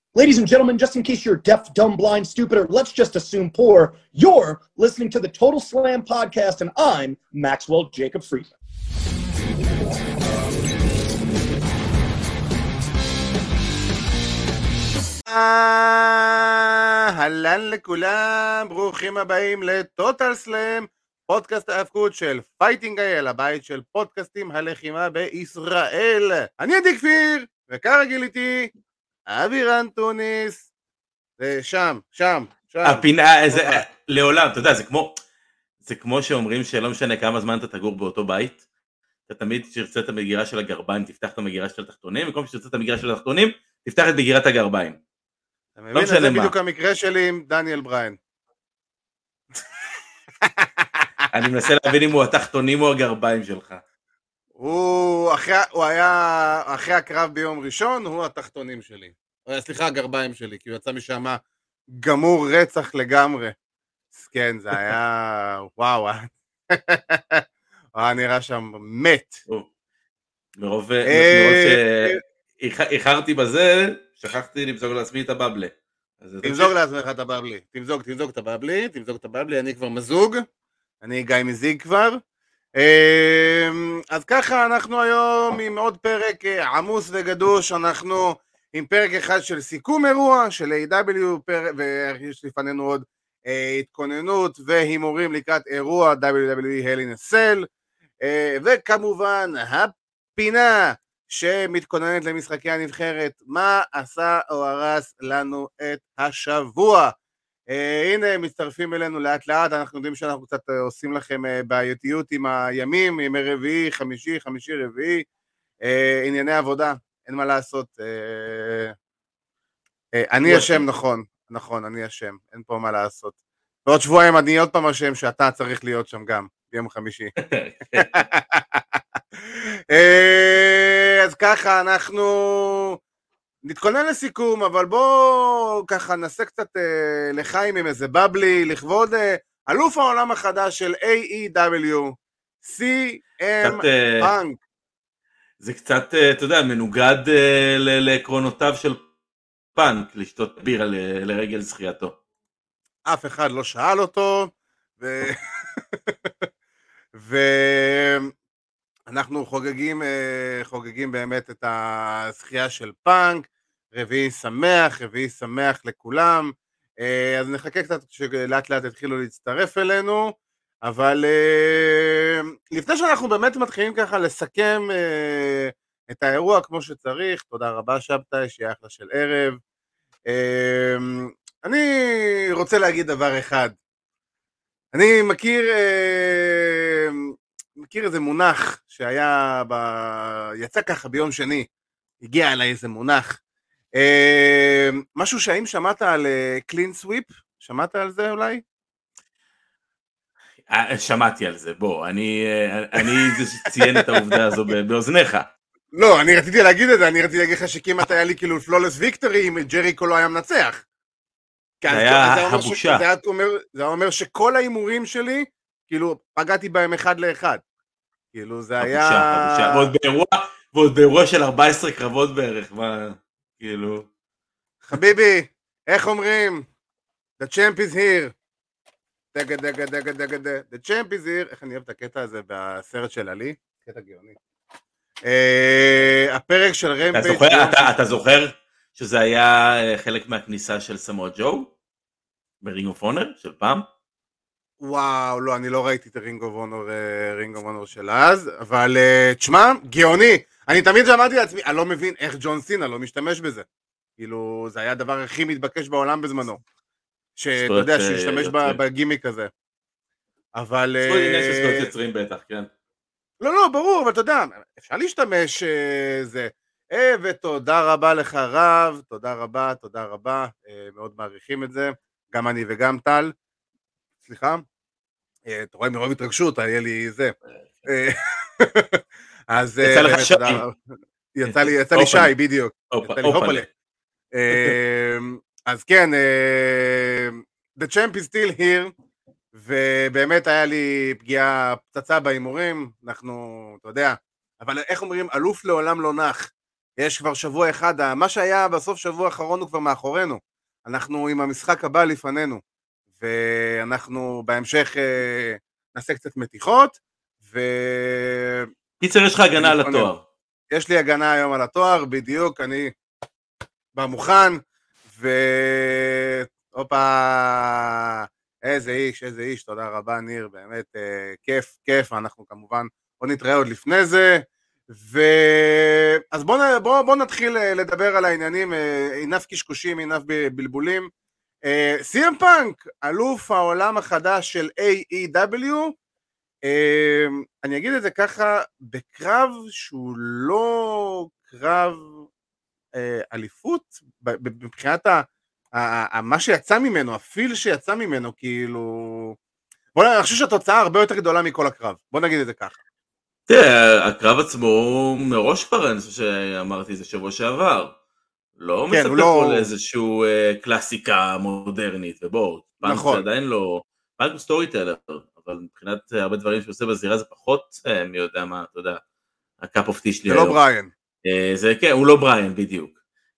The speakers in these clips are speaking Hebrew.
Ladies and gentlemen, just in case you're deaf, dumb, blind, stupid, or let's just assume poor, you're listening to the Total Slam podcast, and I'm Maxwell Jacob Friedman. אהלן לכולם, ברוכים הבאים לטוטל סלאם, פודקאסט ההאבקות של פייטינג אייל, הבית של פודקאסטים הלחימה בישראל. אני עדי כפיר, וכרגיל איתי אבירן טוניס, שם. הפינה, לעולם, אתה יודע, זה כמו שאומרים שלא משנה כמה זמן אתה תגור באותו בית, אתה תמיד תרצה את המגירה של הגרביים, תפתח את המגירה של התחתונים, וכל שתרצה את המגירה של התחתונים, תפתח את מגירת הגרביים. אתה מבין, זה בדיוק המקרה שלי עם דניאל בריין. אני מנסה להבין אם הוא התחתונים או הגרביים שלך. הוא היה אחרי הקרב ביום ראשון, הוא התחתונים שלי. סליחה, הגרביים שלי, כי הוא יצא משם גמור רצח לגמרי. כן, זה היה... וואו. נראה שם מת. מרוב שאיחרתי בזה, שכחתי למזוג לעצמי את הבבלה. תמזוג לעצמך את הבבלי. תמזוג את הבבלי, אני כבר מזוג. אני גיא מזיג כבר. אז ככה אנחנו היום עם עוד פרק עמוס וגדוש, אנחנו עם פרק אחד של סיכום אירוע של A.W, ויש לפנינו עוד התכוננות והימורים לקראת אירוע WWE Hell in a Cell, וכמובן הפינה שמתכוננת למשחקי הנבחרת, מה עשה או הרס לנו את השבוע. הנה מצטרפים אלינו לאט לאט, אנחנו יודעים שאנחנו קצת עושים לכם בעייתיות עם הימים, ימי רביעי, חמישי, רביעי, ענייני עבודה, אין מה לעשות. אני אשם, נכון, אני אשם, אין פה מה לעשות. ועוד שבועיים אני עוד פעם אשם שאתה צריך להיות שם גם, ביום חמישי. אז ככה, אנחנו נתכונן לסיכום, אבל בואו ככה נעשה קצת לחיים עם איזה בבלי, לכבוד אלוף העולם החדש של AEW, CM פאנק. זה קצת, אתה יודע, מנוגד לעקרונותיו של פאנק, לשתות בירה לרגל זכייתו. אף אחד לא שאל אותו, אנחנו חוגגים באמת את הזכייה של פאנק, רביעי שמח לכולם, אז נחכה קצת שלאט לאט התחילו להצטרף אלינו, אבל לפני שאנחנו באמת מתחילים ככה לסכם את האירוע כמו שצריך, תודה רבה שבתאי, שיהיה אחלה של ערב, אני רוצה להגיד דבר אחד, אני מכיר איזה מונח שהיה, יצא ככה ביום שני, הגיע אליי איזה מונח, משהו שהאם שמעת על קלין סוויפ? שמעת על זה אולי? שמעתי על זה, בוא, אני ציין את העובדה הזו באוזניך. לא, אני רציתי להגיד את זה, אני רציתי להגיד לך שכמעט היה לי כאילו פלולס ויקטורי אם ג'ריקו לא היה מנצח. זה היה הבושה. זה אומר שכל האימורים שלי, כאילו פגעתי בהם אחד לאחד. כאילו זה היה... הבושה. ועוד באירוע של 14 קרבות בערך, מה, כאילו... חביבי, איך אומרים? The champ is here. The champ is here. איך אני אוהב את הקטע הזה בסרט של עלי? קטע גאוני. הפרק של רמפייג' אתה זוכר שזה היה חלק מהכניסה של סמואל ג'ו? ברינג אוף אונר של פעם? וואו, לא, אני לא ראיתי את הרינג אוף אונר של אז, אבל תשמע, גאוני. אני תמיד אמרתי לעצמי, אני לא מבין איך ג'ון סינה לא משתמש בזה. כאילו, זה היה הדבר הכי מתבקש בעולם בזמנו. שאתה יודע, שישתמש בגימיק הזה. אבל... זכות עניין של זכויות יוצרים בטח, כן. לא, ברור, אבל אתה יודע, אפשר להשתמש זה. ותודה רבה לך רב, תודה רבה, מאוד מעריכים את זה, גם אני וגם טל. סליחה? אתה רואה מרוב התרגשות, היה לי זה. אז... יצא לך שי. יצא לי שי, בדיוק. הופלה. אז כן, The Champ is still here, ובאמת היה לי פגיעה פצצה באימורים, אנחנו, אתה יודע, אבל איך אומרים, אלוף לעולם לא נח, יש כבר שבוע אחד, מה שהיה בסוף שבוע האחרון הוא כבר מאחורינו, אנחנו עם המשחק הבא לפנינו, ואנחנו בהמשך נעשה קצת מתיחות, קיצר, יש לך הגנה על התואר. יש לי הגנה היום על התואר, בדיוק, אני במוכן, איזה איש, תודה רבה ניר, באמת כיף, אנחנו כמובן, בוא נתראה עוד לפני זה, אז בוא נתחיל לדבר על העניינים, עינף קשקושים, עינף בלבולים, CM פאנק, אלוף העולם החדש של AEW, אני אגיד את זה ככה, בקרב שהוא לא קרב אליפות, מבחינת מה שיצא ממנו, הפיל שיצא ממנו, כאילו, אני חושב שהתוצאה הרבה יותר גדולה מכל הקרב, בוא נגיד את זה ככה. תראה, הקרב עצמו מראש כבר, אני חושב שאמרתי זה שבוע שעבר, לא מצטט פה לאיזשהו קלאסיקה מודרנית, ובואו, פאנק זה עדיין לא, פאנק הוא סטורי טלר, אבל מבחינת הרבה דברים שהוא עושה בזירה זה פחות, מי יודע מה, אתה יודע, הקאפ אוף טי שלי היום. זה לא בריין. זה כן, הוא לא בריין בדיוק.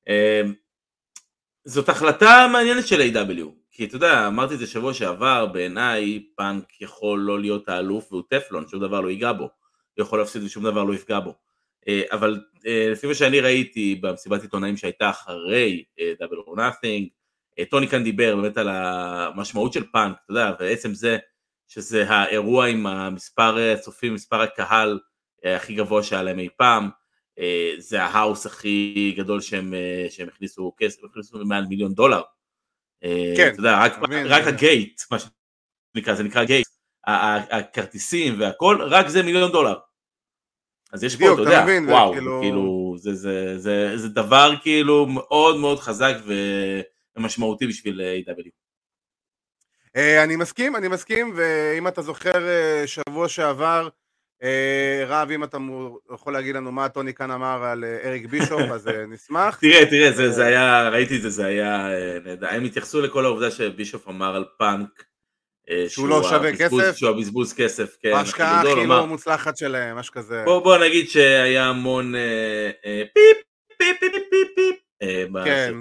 זאת החלטה מעניינת של A.W. כי אתה יודע, אמרתי את זה שבוע שעבר, בעיניי פאנק יכול לא להיות האלוף והוא טפלון, שום דבר לא ייגע בו, יכול להפסיד ושום דבר לא יפגע בו. אבל לפי מה שאני ראיתי במסיבת עיתונאים שהייתה אחרי Double or Nothing, טוני כאן דיבר באמת על המשמעות של פאנק, אתה יודע, ועצם זה שזה האירוע עם המספר הצופים, מספר הקהל הכי גבוה שהיה להם אי פעם, זה ההאוס הכי גדול שהם הכניסו כסף, הכניסו מעל $1,000,000. כן. אתה יודע, רק הגייט, מה שנקרא, זה נקרא גייט, הכרטיסים והכל, רק זה $1,000,000. אז יש פה, אתה יודע, וואו, כאילו, זה דבר כאילו מאוד מאוד חזק ומשמעותי בשביל A.W. אני מסכים, ואם אתה זוכר שבוע שעבר, רב, אם אתה יכול להגיד לנו מה טוני כאן אמר על אריק בישוף, אז נשמח. תראה, זה היה, ראיתי את זה, זה היה, הם התייחסו לכל העובדה שבישוף אמר על פאנק, שהוא לא שווה כסף, שהוא הבזבוז כסף, כן, ההשקעה הכי לא מוצלחת שלהם, משהו כזה. בוא נגיד שהיה המון פיפ, פיפ, פיפ, פיפ, פיפ, כן.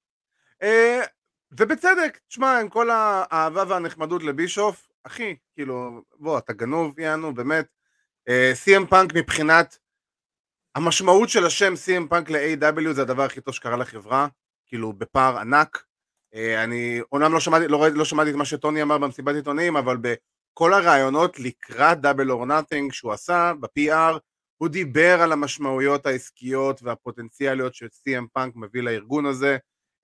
ובצדק, תשמע, עם כל האהבה והנחמדות לבישוף, אחי, כאילו, בוא, אתה גנוב, יענו, באמת, CM פאנק מבחינת, המשמעות של השם CM פאנק ל-AW זה הדבר הכי טוב שקרה לחברה, כאילו, בפער ענק, אני אומנם לא שמעתי את מה שטוני אמר במסיבת עיתונאים, אבל בכל הרעיונות לקראת Double or Nothing שהוא עשה ב-PR, הוא דיבר על המשמעויות העסקיות והפוטנציאליות של CM פאנק מביא לארגון הזה,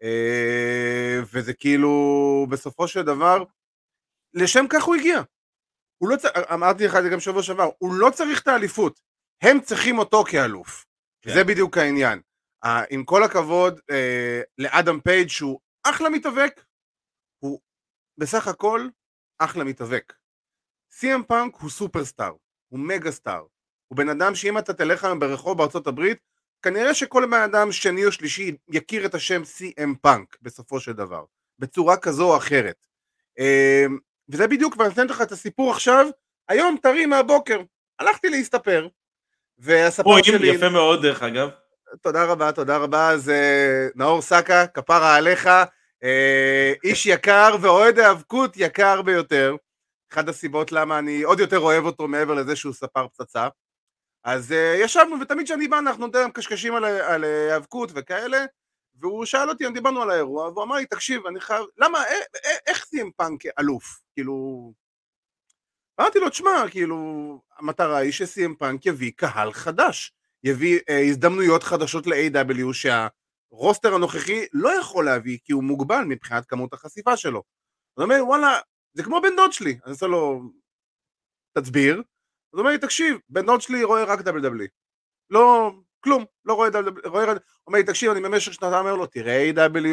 וזה כאילו בסופו של דבר, לשם כך הוא הגיע. הוא לא אמרתי לך גם שבוע שעבר, הוא לא צריך את האליפות, הם צריכים אותו כאלוף. כן. זה בדיוק העניין. עם כל הכבוד לאדם פייג' שהוא אחלה מתאבק, הוא בסך הכל אחלה מתאבק. CM פאנק הוא סופרסטאר, הוא מגה סטאר, הוא בן אדם שאם אתה תלך היום ברחוב בארצות הברית, כנראה שכל בן אדם שני או שלישי יכיר את השם CM פאנק בסופו של דבר, בצורה כזו או אחרת. וזה בדיוק, ואני אתן לך את הסיפור עכשיו, היום טרי מהבוקר, הלכתי להסתפר, והספר שלי... יפה מאוד דרך אגב. תודה רבה, זה נאור סקה, כפרה עליך, איש יקר ואוהד האבקות יקר ביותר, אחד הסיבות למה אני עוד יותר אוהב אותו מעבר לזה שהוא ספר פצצה, אז ישבנו ותמיד שאני בא אנחנו קשקשים על האבקות וכאלה, והוא שאל אותי, דיברנו על האירוע, והוא אמר לי, תקשיב, אני חייב, למה, איך CM פאנק אלוף? כאילו, אמרתי לו, תשמע, כאילו, המטרה היא ש-CM פאנק יביא קהל חדש, יביא הזדמנויות חדשות ל-AW שהרוסטר הנוכחי לא יכול להביא, כי הוא מוגבל מבחינת כמות החשיפה שלו. זאת אומרת, וואלה, זה כמו בן דוד שלי, אני עושה לו תצביר, זאת אומרת, תקשיב, בן דוד שלי רואה רק WWE, לא, כלום, לא רואה WWE, אומר לי, תקשיב, אני במשך שנתיים אומר לו, תראה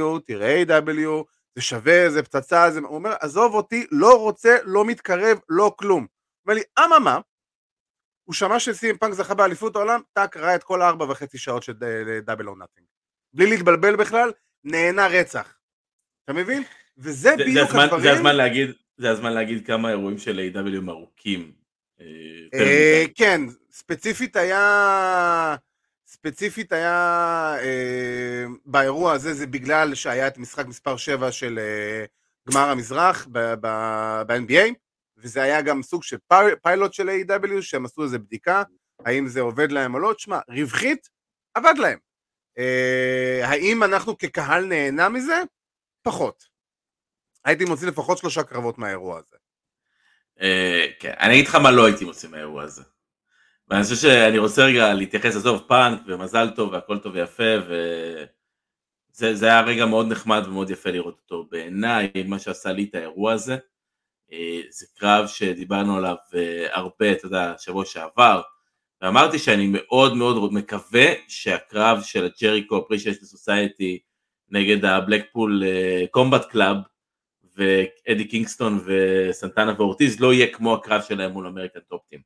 AW, זה שווה, זה פצצה, זה... הוא אומר, עזוב אותי, לא רוצה, לא מתקרב, לא כלום. הוא אומר לי, מה? הוא שמע ש-CM פאנק זכה באליפות העולם, טק, ראה את כל 4.5 שעות של Double or Nothing. בלי להתבלבל בכלל, נהנה רצח. אתה מבין? וזה בדיוק הדברים... זה הזמן להגיד כמה אירועים של AW הם ארוכים. כן, ספציפית היה ספציפית היה באירוע הזה, זה בגלל שהיה את משחק מספר 7 של גמר המזרח ב-NBA, וזה היה גם סוג של פיילוט של AEW, שהם עשו איזה בדיקה, האם זה עובד להם או לא, תשמע, רווחית, עבד להם. האם אנחנו כקהל נהנה מזה? פחות. הייתי מוציא לפחות 3 קרבות מהאירוע הזה. כן, אני אגיד לך מה לא הייתי מוציא מהאירוע הזה. ואני חושב שאני רוצה רגע להתייחס לסוף פאנק ומזל טוב והכל טוב ויפה, וזה היה רגע מאוד נחמד ומאוד יפה לראות אותו. בעיניי, מה שעשה לי את האירוע הזה, זה קרב שדיברנו עליו הרבה, אתה יודע, שבוע שעבר, ואמרתי שאני מאוד מאוד מקווה שהקרב של הג'ריקו אפרישיישן סוסייטי נגד הבלקפול קומבט קלאב, ואדי קינגסטון וסנטנה ואורטיז לא יהיה כמו הקרב שלהם מול אמריקן טופ-טים.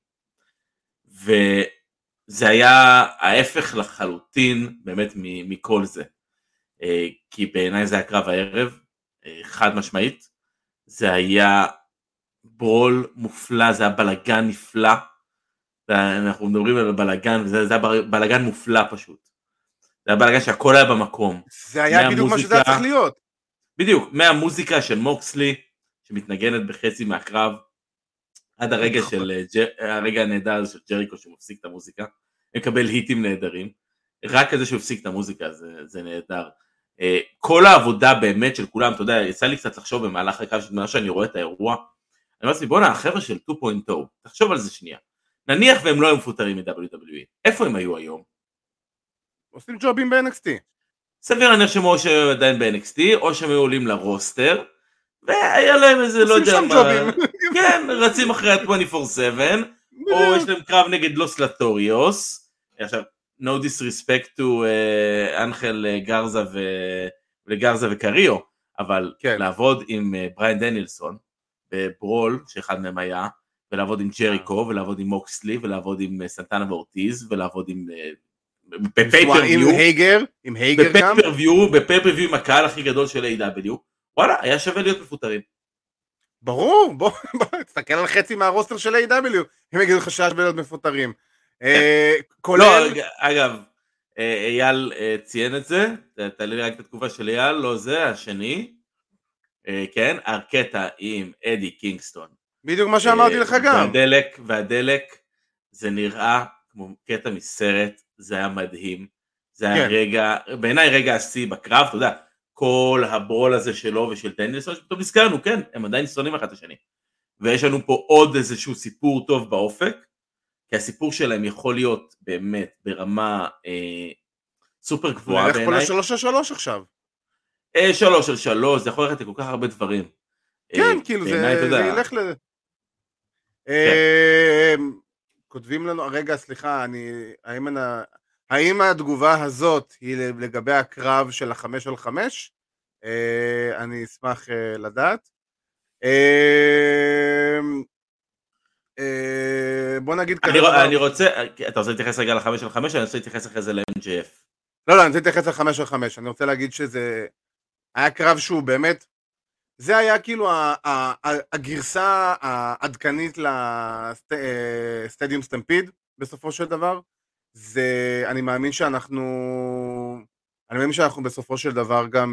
וזה היה ההפך לחלוטין באמת מכל זה. כי בעיניי זה היה קרב הערב, חד משמעית. זה היה ברול מופלא, זה היה בלגן נפלא. אנחנו מדברים על בלגן, וזה היה בלגן מופלא פשוט. זה היה בלגן שהכל היה במקום. זה היה בדיוק מה שזה היה צריך להיות. בדיוק, מהמוזיקה של מוקסלי, שמתנגנת בחצי מהקרב, עד הרגע הנהדר של ג'ריקו שמפסיק את המוזיקה, מקבל היטים נהדרים, רק כזה שהוא הפסיק את המוזיקה, זה נהדר. כל העבודה באמת של כולם, אתה יודע, יצא לי קצת לחשוב במהלך הקרב, מה שאני רואה את האירוע, אני אומר לי, בוא'נה, החבר'ה של 2.0, תחשוב על זה שנייה, נניח והם לא היו מפוטרים מ-WWE, איפה הם היו היום? עושים ג'ובים ב-NXT. סביר להניח שהם או שהיו עדיין ב-NXT, או שהם היו עולים לרוסטר, והיה להם איזה, לא יודע מה, כן, רצים אחרי ה-24/7, או יש להם קרב נגד לוס לטוריוס, עכשיו, no disrespect to אנחל גרזה וקריו, אבל לעבוד עם בריין דנילסון, בברול, שאחד מהם היה, ולעבוד עם ג'ריקו, ולעבוד עם מוקסלי, ולעבוד עם סנטנה ואורטיז, ולעבוד עם בפייפריוויו עם הקהל הכי גדול של A.W. וואלה, היה שווה להיות מפוטרים. ברור, בוא תסתכל על חצי מהרוסטר של A.W. הם יגידו לך שווה להיות מפוטרים. אגב, אייל ציין את זה, תעלי לי רק את התקופה של אייל, לא זה, השני, כן, הקטע עם אדי קינגסטון. בדיוק מה שאמרתי לך גם. והדלק, זה נראה כמו קטע מסרט, זה היה מדהים, זה היה רגע, בעיניי רגע השיא בקרב, אתה יודע, כל הברול הזה שלו ושל דנילסון, שפתאום נזכרנו, כן, הם עדיין שונאים אחד את השני, ויש לנו פה עוד איזשהו סיפור טוב באופק, כי הסיפור שלהם יכול להיות באמת ברמה סופר גבוהה בעיניי. נלך פה ל3-3 עכשיו. 3-3, זה יכול ללכת לכל כך הרבה דברים. כן, כאילו זה ילך ל... כותבים לנו, רגע סליחה, האם התגובה הזאת היא לגבי הקרב של 5-5? אני אשמח לדעת. בוא נגיד ככה. אני רוצה, אתה רוצה להתייחס רגע ל5-5, אני רוצה להתייחס אחרי זה ל-MJF. לא, אני רוצה להתייחס ל5-5, אני רוצה להגיד שזה היה קרב שהוא באמת, זה היה כאילו הגרסה העדכנית לסטדיום סטמפיד בסופו של דבר. זה, אני מאמין שאנחנו בסופו של דבר גם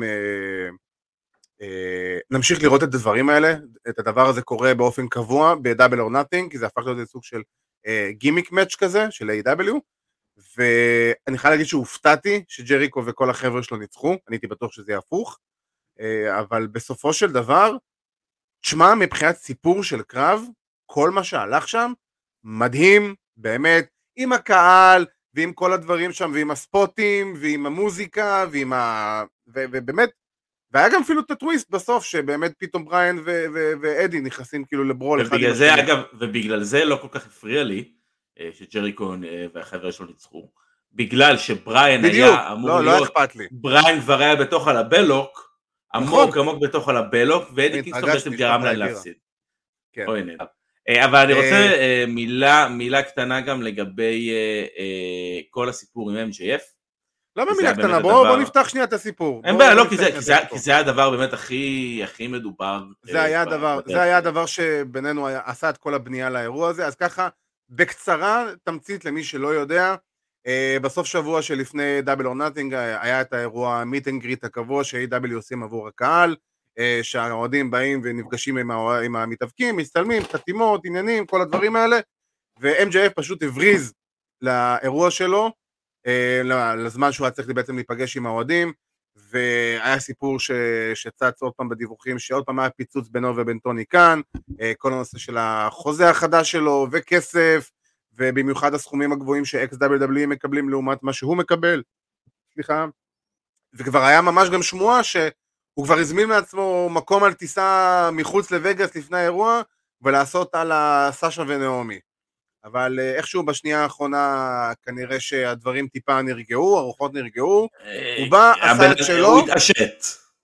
נמשיך לראות את הדברים האלה, את הדבר הזה קורה באופן קבוע ב-Double or Nothing, כי זה הפך להיות סוג של גימיק מאץ' כזה של A.W. ואני חייב להגיד שהופתעתי שג'ריקו וכל החבר'ה שלו ניצחו, אני הייתי בטוח שזה יהפוך, אבל בסופו של דבר, תשמע, מבחינת סיפור של קרב, כל מה שהלך שם, מדהים, באמת, עם הקהל, ועם כל הדברים שם, ועם הספוטים, ועם המוזיקה, ובאמת, והיה גם אפילו את הטוויסט בסוף, שבאמת פתאום בריין ואדי נכנסים כאילו לברול. ובגלל זה, אגב, ובגלל זה לא כל כך הפריע לי, שג'ריקו והחבר'ה שלו ניצחו, בגלל שבריין היה אמור להיות, בריין כבר היה בתוך על הבלוק, עמוק בתוך על הבלוק, ואדי קינגסטון בעצם גרם להם להפסיד. אוי נהדר. אבל אני רוצה מילה קטנה גם לגבי כל הסיפור עם MJF. למה מילה קטנה? בוא נפתח שנייה את הסיפור. אין בעיה, לא, כי זה היה הדבר באמת הכי מדובר. זה היה הדבר שבינינו עשה את כל הבנייה לאירוע הזה, אז ככה, בקצרה, תמצית למי שלא יודע, בסוף שבוע שלפני דאבל אור נאטינג היה את האירוע מיט אנד גריט הקבוע ש-AW עושים עבור הקהל, שהאוהדים באים ונפגשים עם המתאבקים, מסתלמים, חתימות, עניינים, כל הדברים האלה, ו-MJF פשוט הבריז לאירוע שלו, לזמן שהוא היה צריך בעצם להיפגש עם האוהדים, והיה סיפור שצץ עוד פעם בדיווחים, שעוד פעם היה פיצוץ בינו ובין טוני קאן, כל הנושא של החוזה החדש שלו, וכסף, ובמיוחד הסכומים הגבוהים ש-XWW מקבלים לעומת מה שהוא מקבל, סליחה, וכבר היה ממש גם שמועה שהוא כבר הזמין לעצמו מקום על טיסה מחוץ לווגאס לפני האירוע, ולעשות על סאשה ונעמי. אבל איכשהו בשנייה האחרונה כנראה שהדברים טיפה נרגעו, הרוחות נרגעו, הוא בא, עשה את שלו, הוא התעשת.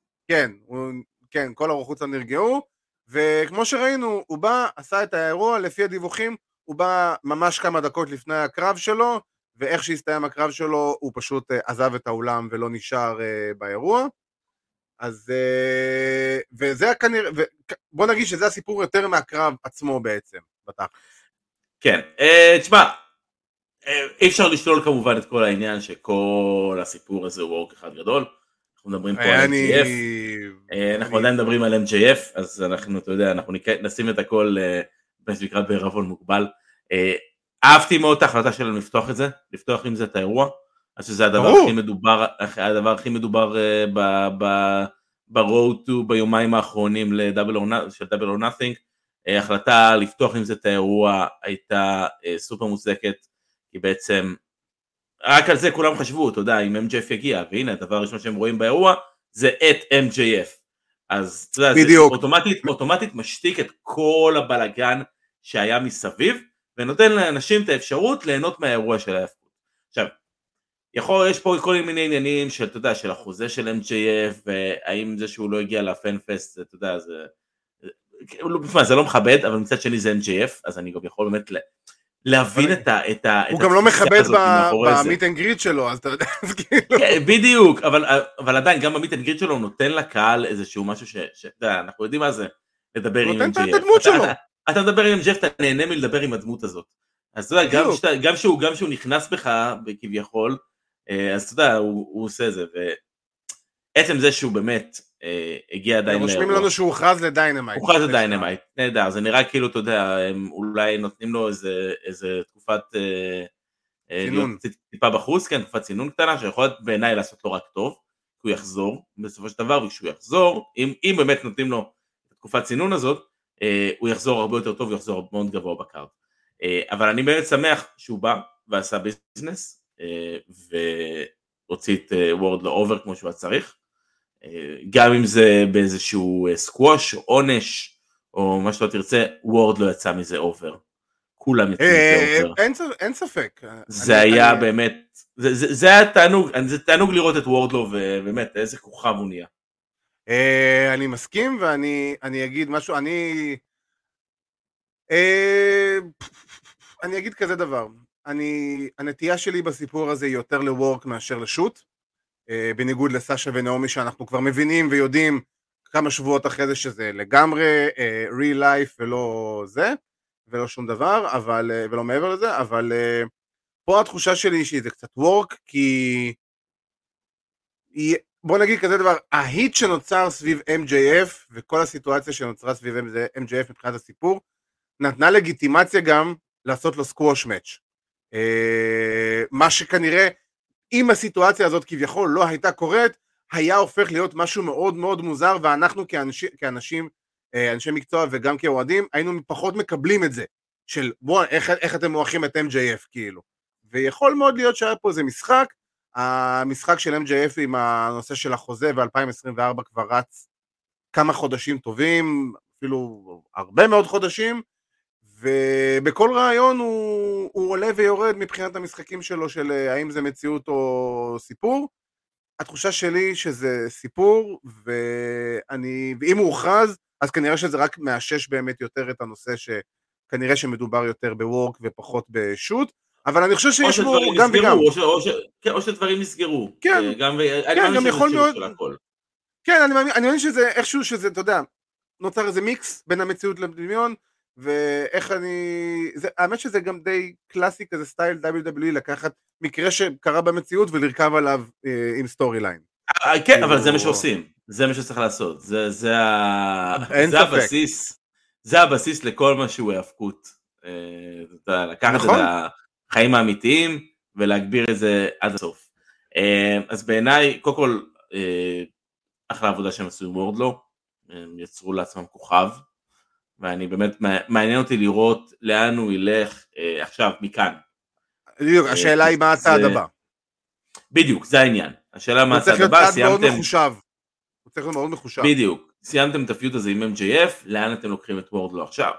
כן, כל הרוחות נרגעו, וכמו שראינו, הוא בא, עשה את האירוע, לפי הדיווחים, הוא בא ממש כמה דקות לפני הקרב שלו, ואיך שהסתיים הקרב שלו, הוא פשוט עזב את האולם ולא נשאר באירוע. אז, וזה כנראה, בוא נגיד שזה הסיפור יותר מהקרב עצמו בעצם, בתח. כן, תשמע, אי אפשר לשלול כמובן את כל העניין שכל הסיפור הזה הוא וורק אחד גדול. אנחנו מדברים פה על MJF, אנחנו עדיין מדברים על MJF, אז אנחנו, אתה יודע, אנחנו נשים את הכל שנקרא בערבון מוגבל. אהבתי מאוד את ההחלטה שלנו לפתוח את זה, לפתוח עם זה את האירוע, אז שזה הדבר הכי מדובר ב-road to ביומיים האחרונים של Double or Nothing. החלטה לפתוח עם זה את האירוע הייתה סופר מוצדקת, כי בעצם רק על זה כולם חשבו, אתה יודע, אם MJF יגיע, והנה הדבר הראשון שהם רואים באירוע זה את MJF, אז אתה יודע, זה אוטומטית משתיק את כל הבלגן שהיה מסביב, ונותן לאנשים את האפשרות ליהנות מהאירוע של ההפקות. עכשיו, יש פה כל מיני עניינים של, אתה יודע, של החוזה של MJF, והאם זה שהוא לא הגיע לפנפסט, אתה יודע, זה לא מכבד, אבל מצד שני זה MJF, אז אני גם יכול באמת להבין את הוא גם לא מכבד במיט אנד גריט שלו, אז אתה יודע, בדיוק, אבל עדיין גם במיט אנד גריט שלו הוא נותן לקהל איזשהו משהו אנחנו יודעים מה זה, לדבר עם MJF. נותן את הדמות שלו. אתה מדבר עם MJF, אתה נהנה מלדבר עם הדמות הזאת. אז אתה יודע, גם שהוא נכנס בך, כביכול, אז אתה יודע, הוא עושה זה, ועצם זה שהוא באמת הגיע עדיין... רושמים לנו שהוא הוכרז לדיינמייט. הוכרז לדיינמייט, נהדר, זה נראה כאילו, אתה יודע, הם אולי נותנים לו איזה תקופת... צינון. טיפה בחוץ, כן, תקופת צינון קטנה, שיכול להיות בעיניי לעשות לו רק טוב, כי הוא יחזור, בסופו של דבר, וכשהוא יחזור, אם באמת נותנים לו את תקופת צינון הזאת, הוא יחזור הרבה יותר טוב, הוא יחזור מאוד גבוה בקארד. אבל אני באמת שמח שהוא בא ועשה ביזנס, והוציא את וורד לאובר כמו שהוא צריך, גם אם זה באיזשהו סקווש או עונש, או מה שלא תרצה, וורד לא יצא מזה אובר. כולם יצאו מזה אובר. אין ספק. זה היה באמת, זה היה תענוג לראות את וורדלו, ובאמת, איזה כוכב הוא נהיה. אני מסכים, ואני אגיד משהו, אני אגיד כזה דבר, הנטייה שלי בסיפור הזה היא יותר לוורק מאשר לשוט, בניגוד לסאשה ונעמי שאנחנו כבר מבינים ויודעים כמה שבועות אחרי זה שזה לגמרי real life ולא זה, ולא שום דבר, ולא מעבר לזה, אבל פה התחושה שלי שזה קצת וורק, כי בוא נגיד כזה דבר, ההיט שנוצר סביב MJF, וכל הסיטואציה שנוצרה סביב MJF מבחינת הסיפור, נתנה לגיטימציה גם לעשות לו סקווש מאץ'. מה שכנראה, אם הסיטואציה הזאת כביכול לא הייתה קורית, היה הופך להיות משהו מאוד מאוד מוזר, ואנחנו כאנשים, אנשי מקצוע וגם כאוהדים, היינו פחות מקבלים את זה, של בוא, איך אתם מועכים את MJF כאילו. ויכול מאוד להיות שהיה פה איזה משחק, המשחק של MJF עם הנושא של החוזה ב-2024 כבר רץ כמה חודשים טובים, אפילו הרבה מאוד חודשים, ובכל רעיון הוא עולה ויורד מבחינת המשחקים שלו, של האם זה מציאות או סיפור. התחושה שלי שזה סיפור, ואם הוא הוכרז, אז כנראה שזה רק מאשש באמת יותר את הנושא שכנראה שמדובר יותר בוורק ופחות בשוט, אבל אני חושב שיש בו גם וגם. או שדברים נסגרו. כן, גם יכול מאוד. כן, אני מאמין שזה איכשהו שזה, אתה יודע, נוצר איזה מיקס בין המציאות לדמיון, ואיך האמת שזה גם די קלאסי כזה סטייל WWE, לקחת מקרה שקרה במציאות ולרכב עליו עם סטורי ליין. כן, אבל זה מה שעושים, זה מה שצריך לעשות, זה הבסיס, זה הבסיס לכל מה שהוא ההפקות, לקחת את החיים האמיתיים ולהגביר את זה עד הסוף. אז בעיניי, קודם כל, אחלה עבודה שהם עשו עם וורדלו, הם יצרו לעצמם כוכב, ואני באמת, מעניין אותי לראות לאן הוא ילך עכשיו מכאן. בדיוק, השאלה היא מה הצעד הבא. בדיוק, זה העניין. השאלה מה הצעד הבא, סיימתם... הוא צריך להיות מאוד מחושב. בדיוק, סיימתם את הפיוט הזה עם MJF, לאן אתם לוקחים את וורדלו עכשיו?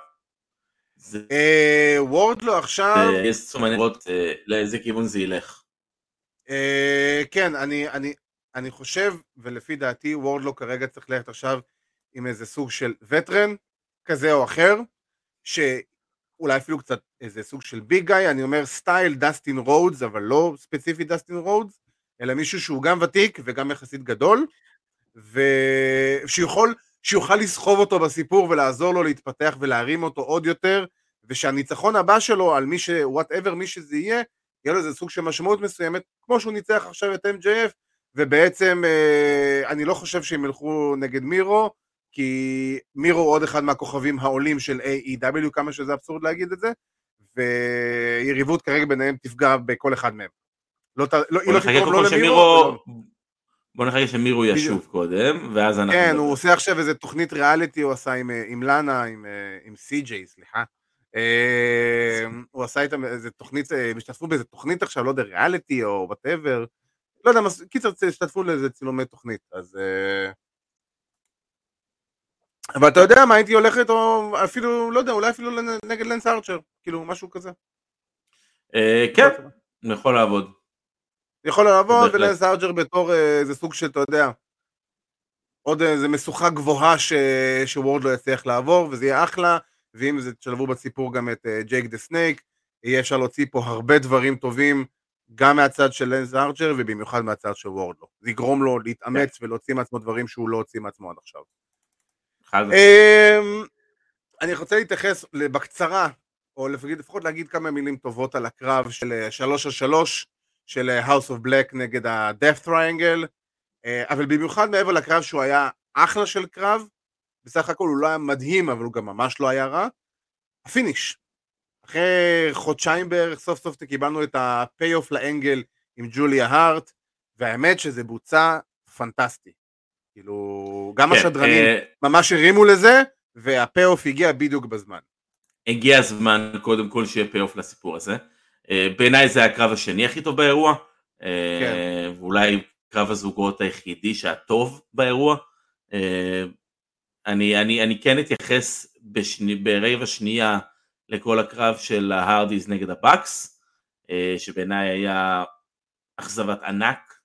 וורדלו עכשיו... יש צומע לראות לאיזה כיוון זה ילך. כן, אני חושב, ולפי דעתי, וורדלו כרגע צריך ללכת עכשיו עם איזה סוג של וטרן, כזה או אחר, שאולי אפילו קצת איזה סוג של ביג גאי, אני אומר סטייל דסטין רודס, אבל לא ספציפי דסטין רודס, אלא מישהו שהוא גם ותיק וגם יחסית גדול, ושיוכל לסחוב אותו בסיפור ולעזור לו להתפתח ולהרים אותו עוד יותר, ושהניצחון הבא שלו על whatever מי שזה יהיה לו איזה סוג של משמעות מסוימת, כמו שהוא ניצח עכשיו את MJF, ובעצם אני לא חושב שהם ילכו נגד מירו, כי מירו הוא עוד אחד מהכוכבים העולים של AEW, כמה שזה אבסורד להגיד את זה, ויריבות כרגע ביניהם תפגע בכל אחד מהם. בוא נחכה שמירו ישוב קודם, ואז אנחנו... כן, הוא עושה עכשיו איזה תוכנית ריאליטי, הוא עשה עם לנה, עם CJ, סליחה. הוא עשה איתם איזה תוכנית, משתתפו באיזה תוכנית עכשיו, לא יודע, ריאליטי או whatever, לא יודע, קיצר, השתתפו לאיזה צילומי תוכנית, אז... אבל אתה יודע מה, הייתי הולך איתו אפילו, לא יודע, אולי אפילו נגד לנס ארצ'ר, כאילו משהו כזה. כן, יכול לעבוד. יכול לעבוד, ולנס ארצ'ר בתור איזה סוג של, אתה יודע, עוד איזה משוכה גבוהה שוורד לא יצליח לעבור, וזה יהיה אחלה, ואם זה תשלבו בסיפור גם את ג'ייק דה סנייק, יהיה אפשר להוציא פה הרבה דברים טובים, גם מהצד של לנס ארצ'ר, ובמיוחד מהצד של וורד לא. זה יגרום לו להתאמץ ולהוציא מעצמו דברים שהוא לא הוציא מעצמו עד עכשיו. אני רוצה להתייחס בקצרה, או לפחות להגיד כמה מילים טובות על הקרב של 3-3 של House of Black נגד ה-Death Triangle, אבל במיוחד מעבר לקרב שהוא היה אחלה של קרב, בסך הכל הוא לא היה מדהים, אבל הוא גם ממש לא היה רע, הפיניש. אחרי חודשיים בערך, סוף סוף קיבלנו את ה-Payoff לאנגל עם ג'וליה הארט, והאמת שזה בוצע פנטסטי. כאילו, גם השדרנים ממש הרימו לזה, והפי-אוף הגיע בדיוק בזמן. הגיע הזמן קודם כל שיהיה פי-אוף לסיפור הזה. בעיניי זה הקרב השני הכי טוב באירוע, ואולי קרב הזוגות היחידי שהטוב באירוע. אני כן אתייחס ברבע שנייה לכל הקרב של ההרדיז נגד הבאקס, שבעיניי היה אכזבת ענק.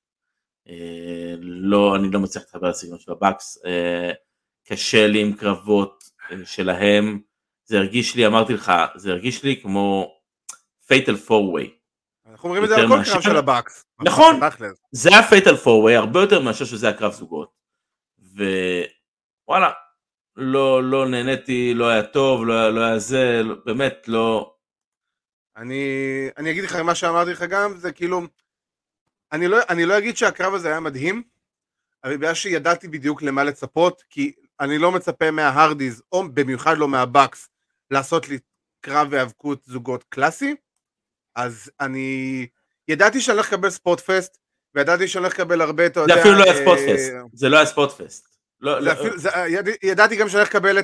אני לא מצליח להתחבר לסגנון של הבאקס, קשה לי עם קרבות שלהם, זה הרגיש לי, אמרתי לך, זה הרגיש לי כמו Fatal 4-Way. אנחנו אומרים את זה על כל קרב של הבאקס. נכון, זה היה Fatal 4-Way, הרבה יותר מאשר שזה הקרב זוגות, ווואלה, לא נהניתי, לא היה טוב, לא היה זה, באמת לא. אני אגיד לך מה שאמרתי לך גם, זה כאילו, אני לא אגיד שהקרב הזה היה מדהים, אבל בגלל שידעתי בדיוק למה לצפות, כי אני לא מצפה מההרדיז, או במיוחד לא מהבאקס, לעשות לי קרב והאבקות זוגות קלאסי, אז אני ידעתי שאני הולך לקבל ספורט פסט, וידעתי שאני הולך לקבל הרבה, אתה יודע... זה אפילו לא היה ספורט פסט, זה לא היה ספורט פסט. ידעתי גם שאני הולך לקבל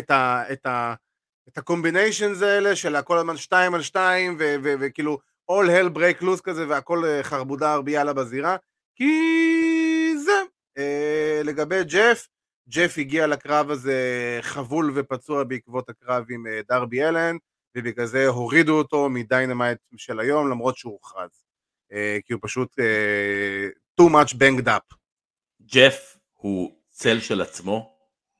את הקומביניישנס האלה, של הכל הזמן 2 על 2, וכאילו... all hell break loose כזה, והכל חרבודה הרביעה לה בזירה, כי זה, לגבי ג'ף הגיע לקרב הזה חבול ופצוע בעקבות הקרב עם דרבי אלן, ובגלל זה הורידו אותו מדיינמייט של היום, למרות שהוא הוכרז, כי הוא פשוט too much banged up. ג'ף הוא צל של עצמו,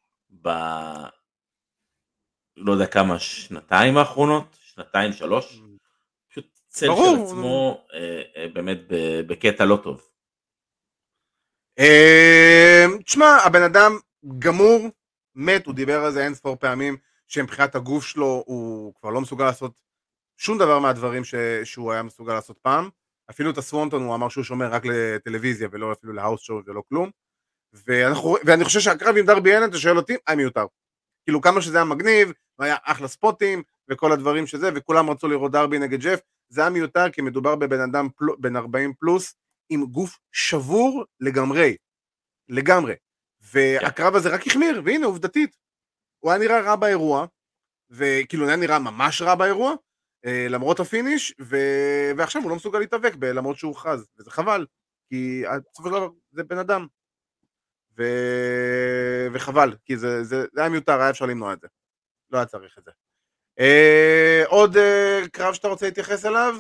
לא יודע כמה, שנתיים האחרונות, 2-3, צל של עצמו באמת בקטע לא טוב. תשמע, הבן אדם גמור, מת, הוא דיבר על זה אין ספור פעמים, שמבחינת הגוף שלו הוא כבר לא מסוגל לעשות שום דבר מהדברים שהוא היה מסוגל לעשות פעם, אפילו את הסוונטון הוא אמר שהוא שומר רק לטלוויזיה ולא אפילו להאוס שואו ולא כלום, ואני חושב שהקרב עם דרבי אלן, אתה שואל אותי, היה מיותר. כאילו כמה שזה היה מגניב, והיה אחלה ספוטים, וכל הדברים שזה, וכולם רצו לראות דרבי נגד ג'ף, זה היה מיותר, כי מדובר בבן אדם בן 40 פלוס, עם גוף שבור לגמרי, והקרב הזה רק החמיר, והנה עובדתית, הוא היה נראה רע באירוע, וכאילו היה נראה ממש רע באירוע, למרות הפיניש, ועכשיו הוא לא מסוגל להתאבק, למרות שהוא חז, וזה חבל, כי בסופו של דבר זה בן אדם, וחבל, כי זה היה מיותר, היה אפשר למנוע את זה, לא היה צריך את זה. עוד קרב שאתה רוצה להתייחס אליו?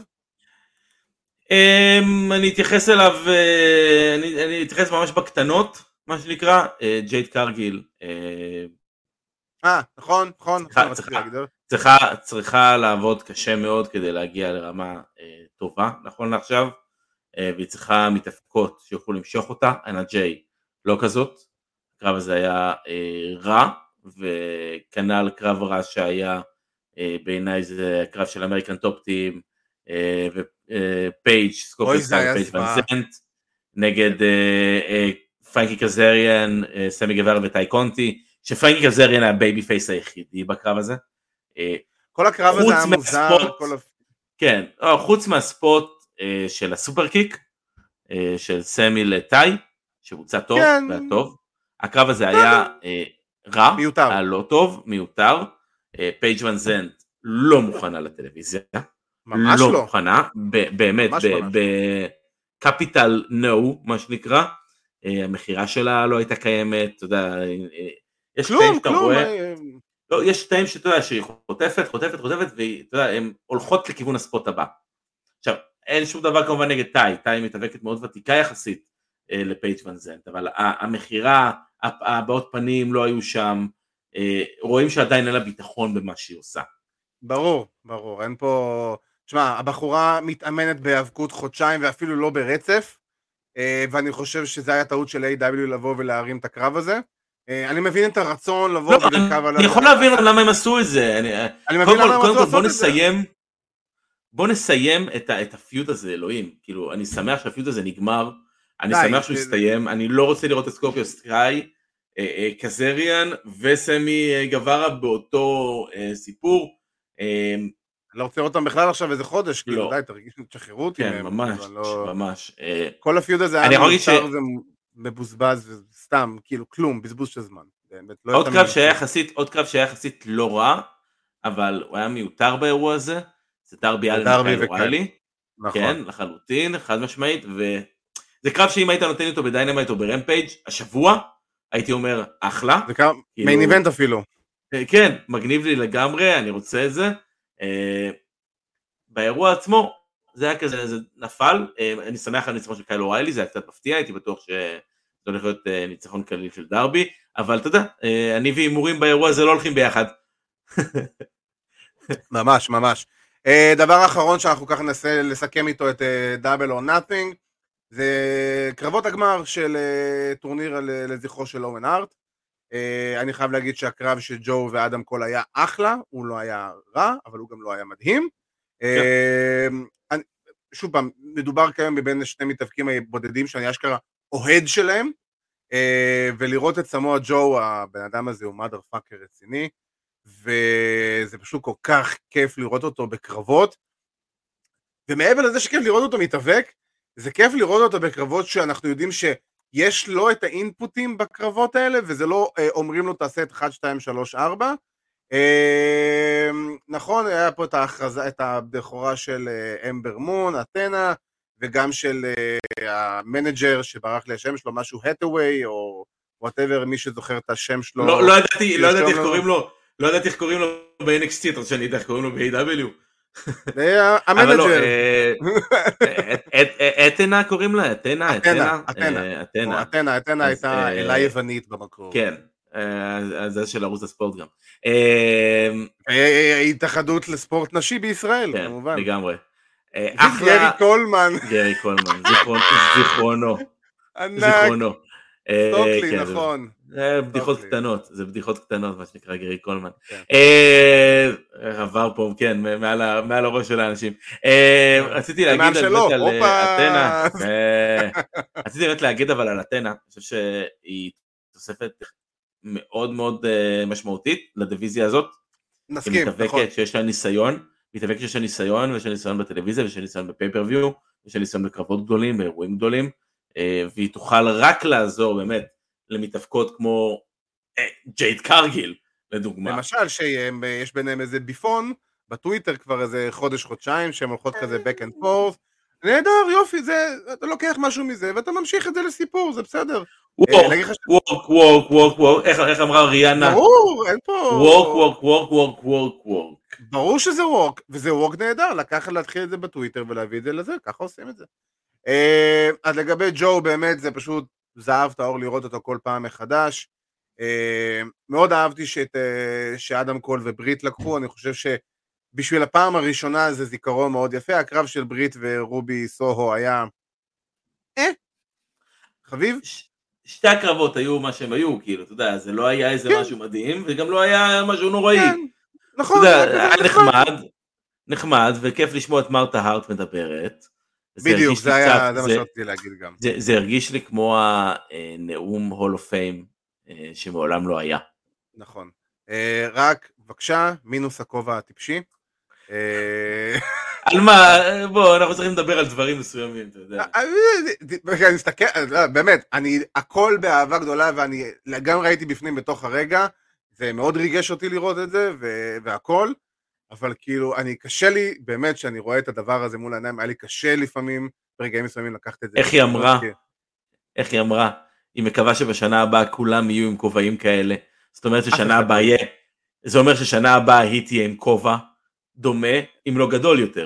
אני אתייחס אליו, אני אתייחס ממש בקטנות, מה שנקרא, ג'ייד קרגיל. נכון. צריכה לעבוד קשה מאוד כדי להגיע לרמה טובה, נכון לעכשיו, והיא צריכה מתאפקות שיוכלו למשוך אותה, אנה ג'יי לא כזאת, הקרב הזה היה רע, וכנ"ל קרב רע שהיה בעיניי זה הקרב של אמריקן טופ טים, ופייג' סקופוס פייג' ונזנט, נגד פרנקי קזריאן, סמי גווארה וטאי קונטי, שפרנקי קזריאן היה הבייבי פייס היחידי בקרב הזה. כל הקרב הזה היה מוזר. כן, חוץ מהספוט של הסופר קיק, של סמי לטאי, שבוצע טוב, והיה טוב. הקרב הזה היה רע, היה לא טוב, מיותר. פייג' ונזנט לא מוכנה לטלוויזיה. ממש לא מוכנה, באמת, בקפיטל נו, מה שנקרא. המחירה שלה לא הייתה קיימת, אתה יודע, יש קטעים שאתה רואה, לא, יש קטעים שאתה יודע שהיא חוטפת, ואתה יודע, הן הולכות לכיוון הספוט הבא. עכשיו, אין שום דבר כמובן נגד טאי מתאבקת מאוד ותיקה יחסית לפייג' ונזנט, אבל המחירה, הבעות פנים לא היו שם, רואים שעדיין אין לה ביטחון במה שהיא עושה. ברור, אין פה, תשמע, הבחורה מתאמנת בהיאבקות חודשיים ואפילו לא ברצף, ואני חושב שזה היה טעות של A.W. לבוא ולהרים את הקרב הזה. אני מבין את הרצון לבוא ולקרב עליו. אני יכול להבין למה הם עשו את זה. קודם כל בוא נסיים את הפיוט הזה, אלוהים. כאילו, אני שמח שהפיוט הזה נגמר, אני שמח שהוא הסתיים, אני לא רוצה לראות את סקורפיו סקאי, קזריאן וסמי גווארה באותו סיפור. לא רוצה לראות אותם בכלל עכשיו איזה חודש, כאילו די, תרגישו תשחררו אותי. כן, ממש. כל הפיוד הזה היה מיותר ומבוזבז, סתם, כאילו כלום, בזבוז של זמן. עוד קרב שהיה יחסית לא רע, אבל הוא היה מיותר באירוע הזה, זה דרבי אלן וקייל אוריילי, כן, לחלוטין, חד משמעית, וזה קרב שאם היית נותן אותו בדיינמייט או ברמפייג' השבוע, הייתי אומר אחלה. זה קרב מיין איבנט אפילו. כן, מגניב לי לגמרי, אני רוצה את זה. באירוע עצמו זה היה כזה, זה נפל, אני שמח על ניצחון של קייל אוריילי, זה היה קצת מפתיע, הייתי בטוח שזה הולך להיות ניצחון קליל של דרבי, אבל אתה יודע, אני והימורים באירוע הזה לא הולכים ביחד. ממש. דבר אחרון שאנחנו ככה ננסה לסכם איתו את דאבל או נאטינג, זה קרבות הגמר של טורניר לזכרו של אוון הארט. אני חייב להגיד שהקרב של ג'ו ואדם קול היה אחלה, הוא לא היה רע, אבל הוא גם לא היה מדהים. שוב פעם, מדובר כיום מבין שני מתאבקים הבודדים שאני אשכרה אוהד שלהם, ולראות את סמואה ג'ו, הבן אדם הזה הוא מאדר פאקר רציני, וזה פשוט כל כך כיף לראות אותו בקרבות, ומעבר לזה שכיף לראות אותו מתאבק, זה כיף לראות אותו בקרבות שאנחנו יודעים שיש לו את האינפוטים בקרבות האלה, וזה לא אומרים לו תעשה את 1, 2, 3, 4, נכון, היה פה את ההכרזה, את הבכורה של אמבר מון, אתנה, וגם של המנג'ר שברח לי השם שלו, משהו הטווי, או whatever, מי שזוכר את השם שלו. לא ידעתי איך קוראים לו ב-NXT, אתה רוצה שאני יודע איך קוראים לו ב-AW. המנג'ר. אתנה קוראים לה? אתנה הייתה אלה יוונית במקור. כן. זה של ערוץ הספורט גם. התאחדות לספורט נשי בישראל, כמובן. לגמרי. גרי קולמן. זיכרונו. סטוקלי, נכון. זה בדיחות קטנות, זה בדיחות קטנות, מה שנקרא גרי קולמן. כן. עבר פה, כן, מעל הראש של האנשים. רציתי להגיד מעל שלו, על הופה. אתנה, רציתי באמת להגיד אבל על אתנה, אני חושב שהיא תוספת מאוד מאוד משמעותית לדיוויזיה הזאת. נסכים, היא נכון. מתאבקת שיש לה ניסיון, מתאבקת שיש לה ניסיון, ויש לה ניסיון בטלוויזיה, ויש לה ניסיון בפייפריוויו, ויש לה ניסיון בקרבות גדולים, באירועים גדולים, והיא תוכל רק לעזור באמת למתאבקות כמו ג'ייד קרגיל, לדוגמה. למשל שיש ביניהם איזה ביפון, בטוויטר כבר איזה חודש-חודשיים, שהן הולכות כזה back and forth, נהדר, יופי, אתה לוקח משהו מזה, ואתה ממשיך את זה לסיפור, זה בסדר. ווק, איך אמרה ריאנה? ברור, אין פה... ווק. ברור שזה ווק, וזה ווק נהדר, להתחיל את זה בטוויטר ולהביא את זה לזה, ככה עושים את זה. אז לגבי ג'ו, באמת זה פשוט זהב את האור לראות אותו כל פעם מחדש. מאוד אהבתי שאדם קול וברית לקחו, אני חושב שבשביל הפעם הראשונה זה זיכרון מאוד יפה, הקרב של ברית ורובי סוהו היה חביב. שתי הקרבות היו מה שהם היו, כאילו, אתה יודע, זה לא היה איזה משהו מדהים, וגם לא היה משהו נוראי. נכון, היה נחמד, וכיף לשמוע את מרתה הארט מדברת. בדיוק, זה מה שרציתי להגיד גם. זה הרגיש לי כמו הנאום הול אוף פיים, שמעולם לא היה. נכון. רק, בבקשה, מינוס הכובע הטיפשי. על מה? בוא, אנחנו צריכים לדבר על דברים מסוימים, אתה יודע. אני מסתכל, באמת, הכל באהבה גדולה, ואני גם ראיתי בפנים בתוך הרגע, זה מאוד ריגש אותי לראות את זה, והכל, אבל כאילו, קשה לי, באמת, שאני רואה את הדבר הזה מול העיניים, היה לי קשה לפעמים, ברגעים מסוימים לקחת את זה. איך היא אמרה? היא מקווה שבשנה הבאה כולם יהיו עם כובעים כאלה. זאת אומרת ששנה הבאה יהיה, זה אומר ששנה הבאה היא תהיה עם כובע דומה, אם לא גדול יותר.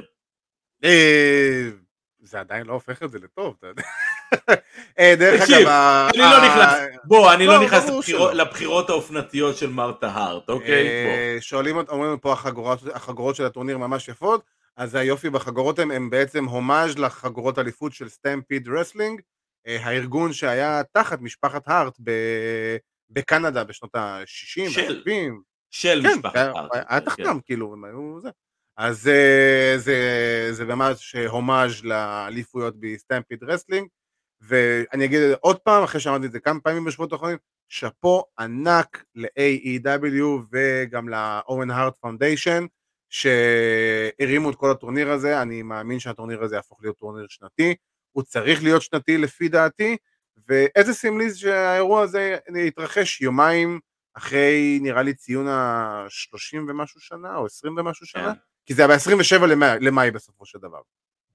זה עדיין לא הופך את זה לטוב, אתה יודע. דרך אגב, אני לא נכנס לבחירות האופנתיות של מרתה הארט, אוקיי? שואלים, אומרים פה החגורות של הטורניר ממש יפות, אז היופי בחגורות הם בעצם הומאז' לחגורות אליפות של סטמפיד רסלינג, הארגון שהיה תחת משפחת הארט בקנדה בשנות ה-60, של משפחת הארט. היה תחתם, כאילו, זה. אז זה ממש הומאז' לאליפויות בסטמפיד רסלינג, ואני אגיד עוד פעם, אחרי שאמרתי את זה כמה פעמים בשבועות האחרונים, שפו ענק ל-AEW וגם ל-Owen Hart Foundation, שהרימו את כל הטורניר הזה. אני מאמין שהטורניר הזה יהפוך להיות טורניר שנתי, הוא צריך להיות שנתי לפי דעתי, ואיזה סמלי שהאירוע הזה יתרחש יומיים אחרי, נראה לי, ציון ה-30 ומשהו שנה, או 20 ומשהו שנה, כי זה היה ב-27 למאי בסופו של דבר.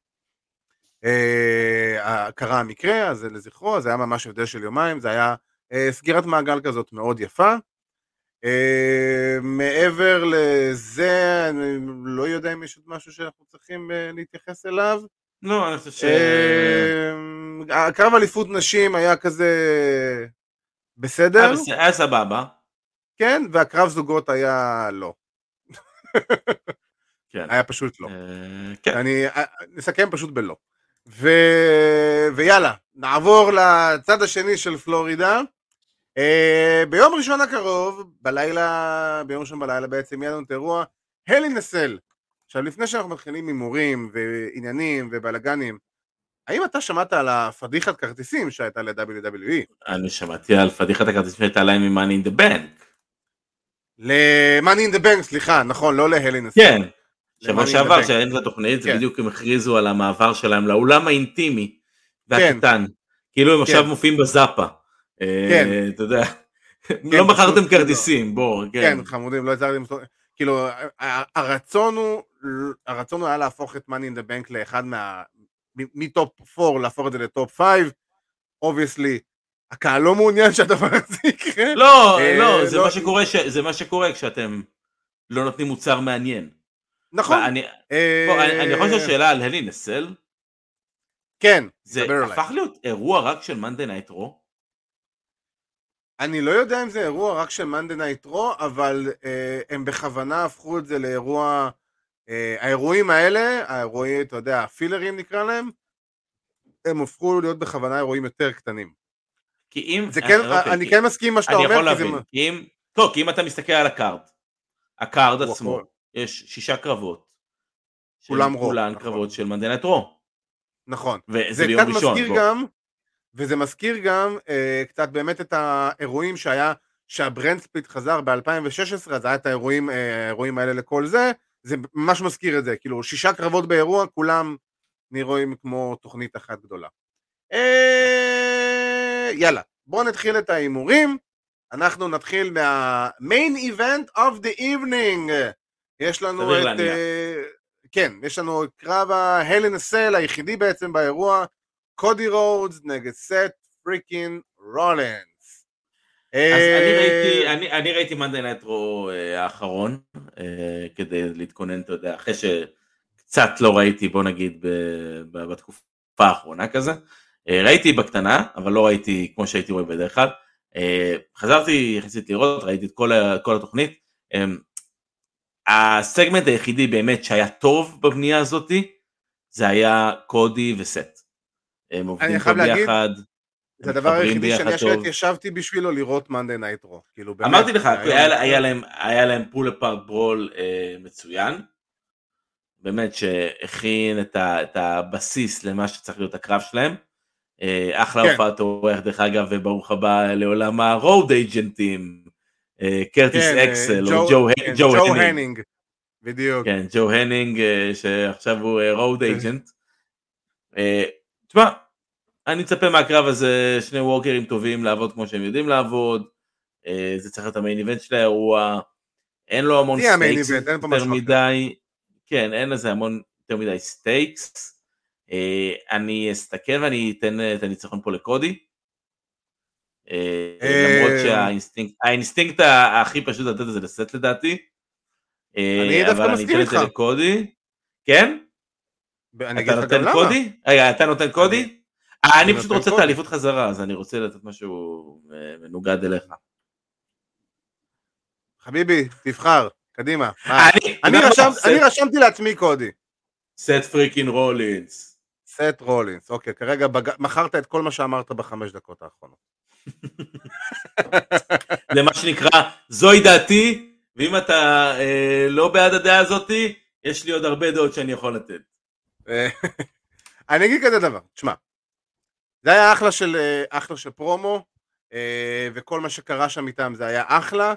קרה המקרה, אז לזכרו, זה היה ממש הבדל של יומיים, זה היה סגירת מעגל כזאת מאוד יפה. מעבר לזה, אני לא יודע אם יש עוד משהו שאנחנו צריכים להתייחס אליו. לא, אני חושב ש... הקרב אליפות נשים היה כזה בסדר. היה סבבה. כן, והקרב זוגות היה לא. היה פשוט לא. אני נסכם פשוט בלא. ויאללה, נעבור לצד השני של פלורידה. ביום ראשון הקרוב, ביום ראשון בלילה בעצם יהיה לנו את אירוע הל אין סל. עכשיו, לפני שאנחנו מתחילים הימורים ועניינים ובלגנים, האם אתה שמעת על הפדיחת כרטיסים שהייתה ל-WWE? אני שמעתי על פדיחת הכרטיסים שהייתה להם עם Money in the Bank. ל-Money in the Bank, סליחה, נכון, לא להל אין סל. כן. שבוע שעבר שהיינו לתוכנית, זה בדיוק הם הכריזו על המעבר שלהם לאולם האינטימי והקטן, כאילו הם עכשיו מופיעים בזאפה, אתה יודע, לא מכרתם כרטיסים, בוא, כן, חמודים, לא הצלחתם, כאילו, הרצון הוא היה להפוך את Money in the Bank לאחד מטופ 4, להפוך את זה לטופ 5, obviously, הקהל לא מעוניין שהדבר הזה יקרה. לא, זה מה שקורה כשאתם לא נותנים מוצר מעניין. נכון. אני יכול לשאול שאלה על הל אין סל? כן. זה הפך להיות אירוע רק של Monday Night Raw? אני לא יודע אם זה אירוע רק של Monday Night Raw, אבל הם בכוונה הפכו את זה לאירוע, האירועים האלה, האירועים, אתה יודע, הפילרים נקרא להם, הם הפכו להיות בכוונה אירועים יותר קטנים. כי אם... זה כן, אני כן מסכים מה שאתה אומר. אני יכול להבין, כי אם אתה מסתכל על הקארד עצמו, יש 6 קרבות, כולן קרבות של Monday Night Raw. נכון. וזה ביום ראשון. וזה מזכיר גם קצת באמת את האירועים שהברנד ספליט חזר ב-2016, אז היה את האירועים האלה לכל זה, זה ממש מזכיר את זה, כאילו 6 קרבות באירוע, כולם נראים כמו תוכנית אחת גדולה. יאללה, בואו נתחיל את האימורים, אנחנו נתחיל מה-main event of the evening, יש לנו את... כן, יש לנו קרב ה-Hell in a Cell היחידי בעצם באירוע, קודי רודס נגד סט פריקין רולינס. אז אני ראיתי Monday Night Raw האחרון, כדי להתכונן, אתה יודע, אחרי שקצת לא ראיתי, בוא נגיד, בתקופה האחרונה כזה, ראיתי בקטנה, אבל לא ראיתי כמו שהייתי רואה בדרך כלל, חזרתי יחסית לראות, ראיתי את כל התוכנית, הסגמנט היחידי באמת שהיה טוב בבנייה הזאת, זה היה קודי וסט. הם עובדים טוב ביחד. זה הדבר היחידי שאני ישבתי בשבילו לראות Monday Night Raw. אמרתי לך, היה להם פול אפארט ברול מצוין, באמת שהכין את הבסיס למה שצריך להיות הקרב שלהם, אחלה הופעת אורח דרך אגב, וברוך הבא לעולם הרוד אייג'נטים, קרטיס אקסל, או ג'ו הנינג. בדיוק. כן, ג'ו הנינג, שעכשיו הוא רוד אייג'נט. תשמע, אני מצפה מהקרב הזה, 2 וורקרים טובים לעבוד כמו שהם יודעים לעבוד, זה צריך להיות המיין איבנט של האירוע, אין לו המון סטייקס יותר מדי, כן, אין לזה המון יותר מדי סטייקס, אני אסתכל ואני אתן את הניצחון פה לקודי, למרות שהאינסטינקט הכי פשוט לתת את זה לסט לדעתי, אבל אני אתן את זה לקודי, כן? אתה נותן קודי? רגע, אתה נותן קודי? אני פשוט רוצה את האליפות חזרה, אז אני רוצה לתת משהו מנוגד אליך. חביבי, תבחר, קדימה. אני רשמתי לעצמי קודי. סט פריקין רולינס. סט רולינס, אוקיי, כרגע מכרת את כל מה שאמרת ב5 דקות האחרונות. זה מה שנקרא, זוהי דעתי, ואם אתה לא בעד הדעה הזאת, יש לי עוד הרבה דעות שאני יכול לתת. אני אגיד כזה דבר, תשמע, זה היה אחלה של פרומו, וכל מה שקרה שם איתם זה היה אחלה,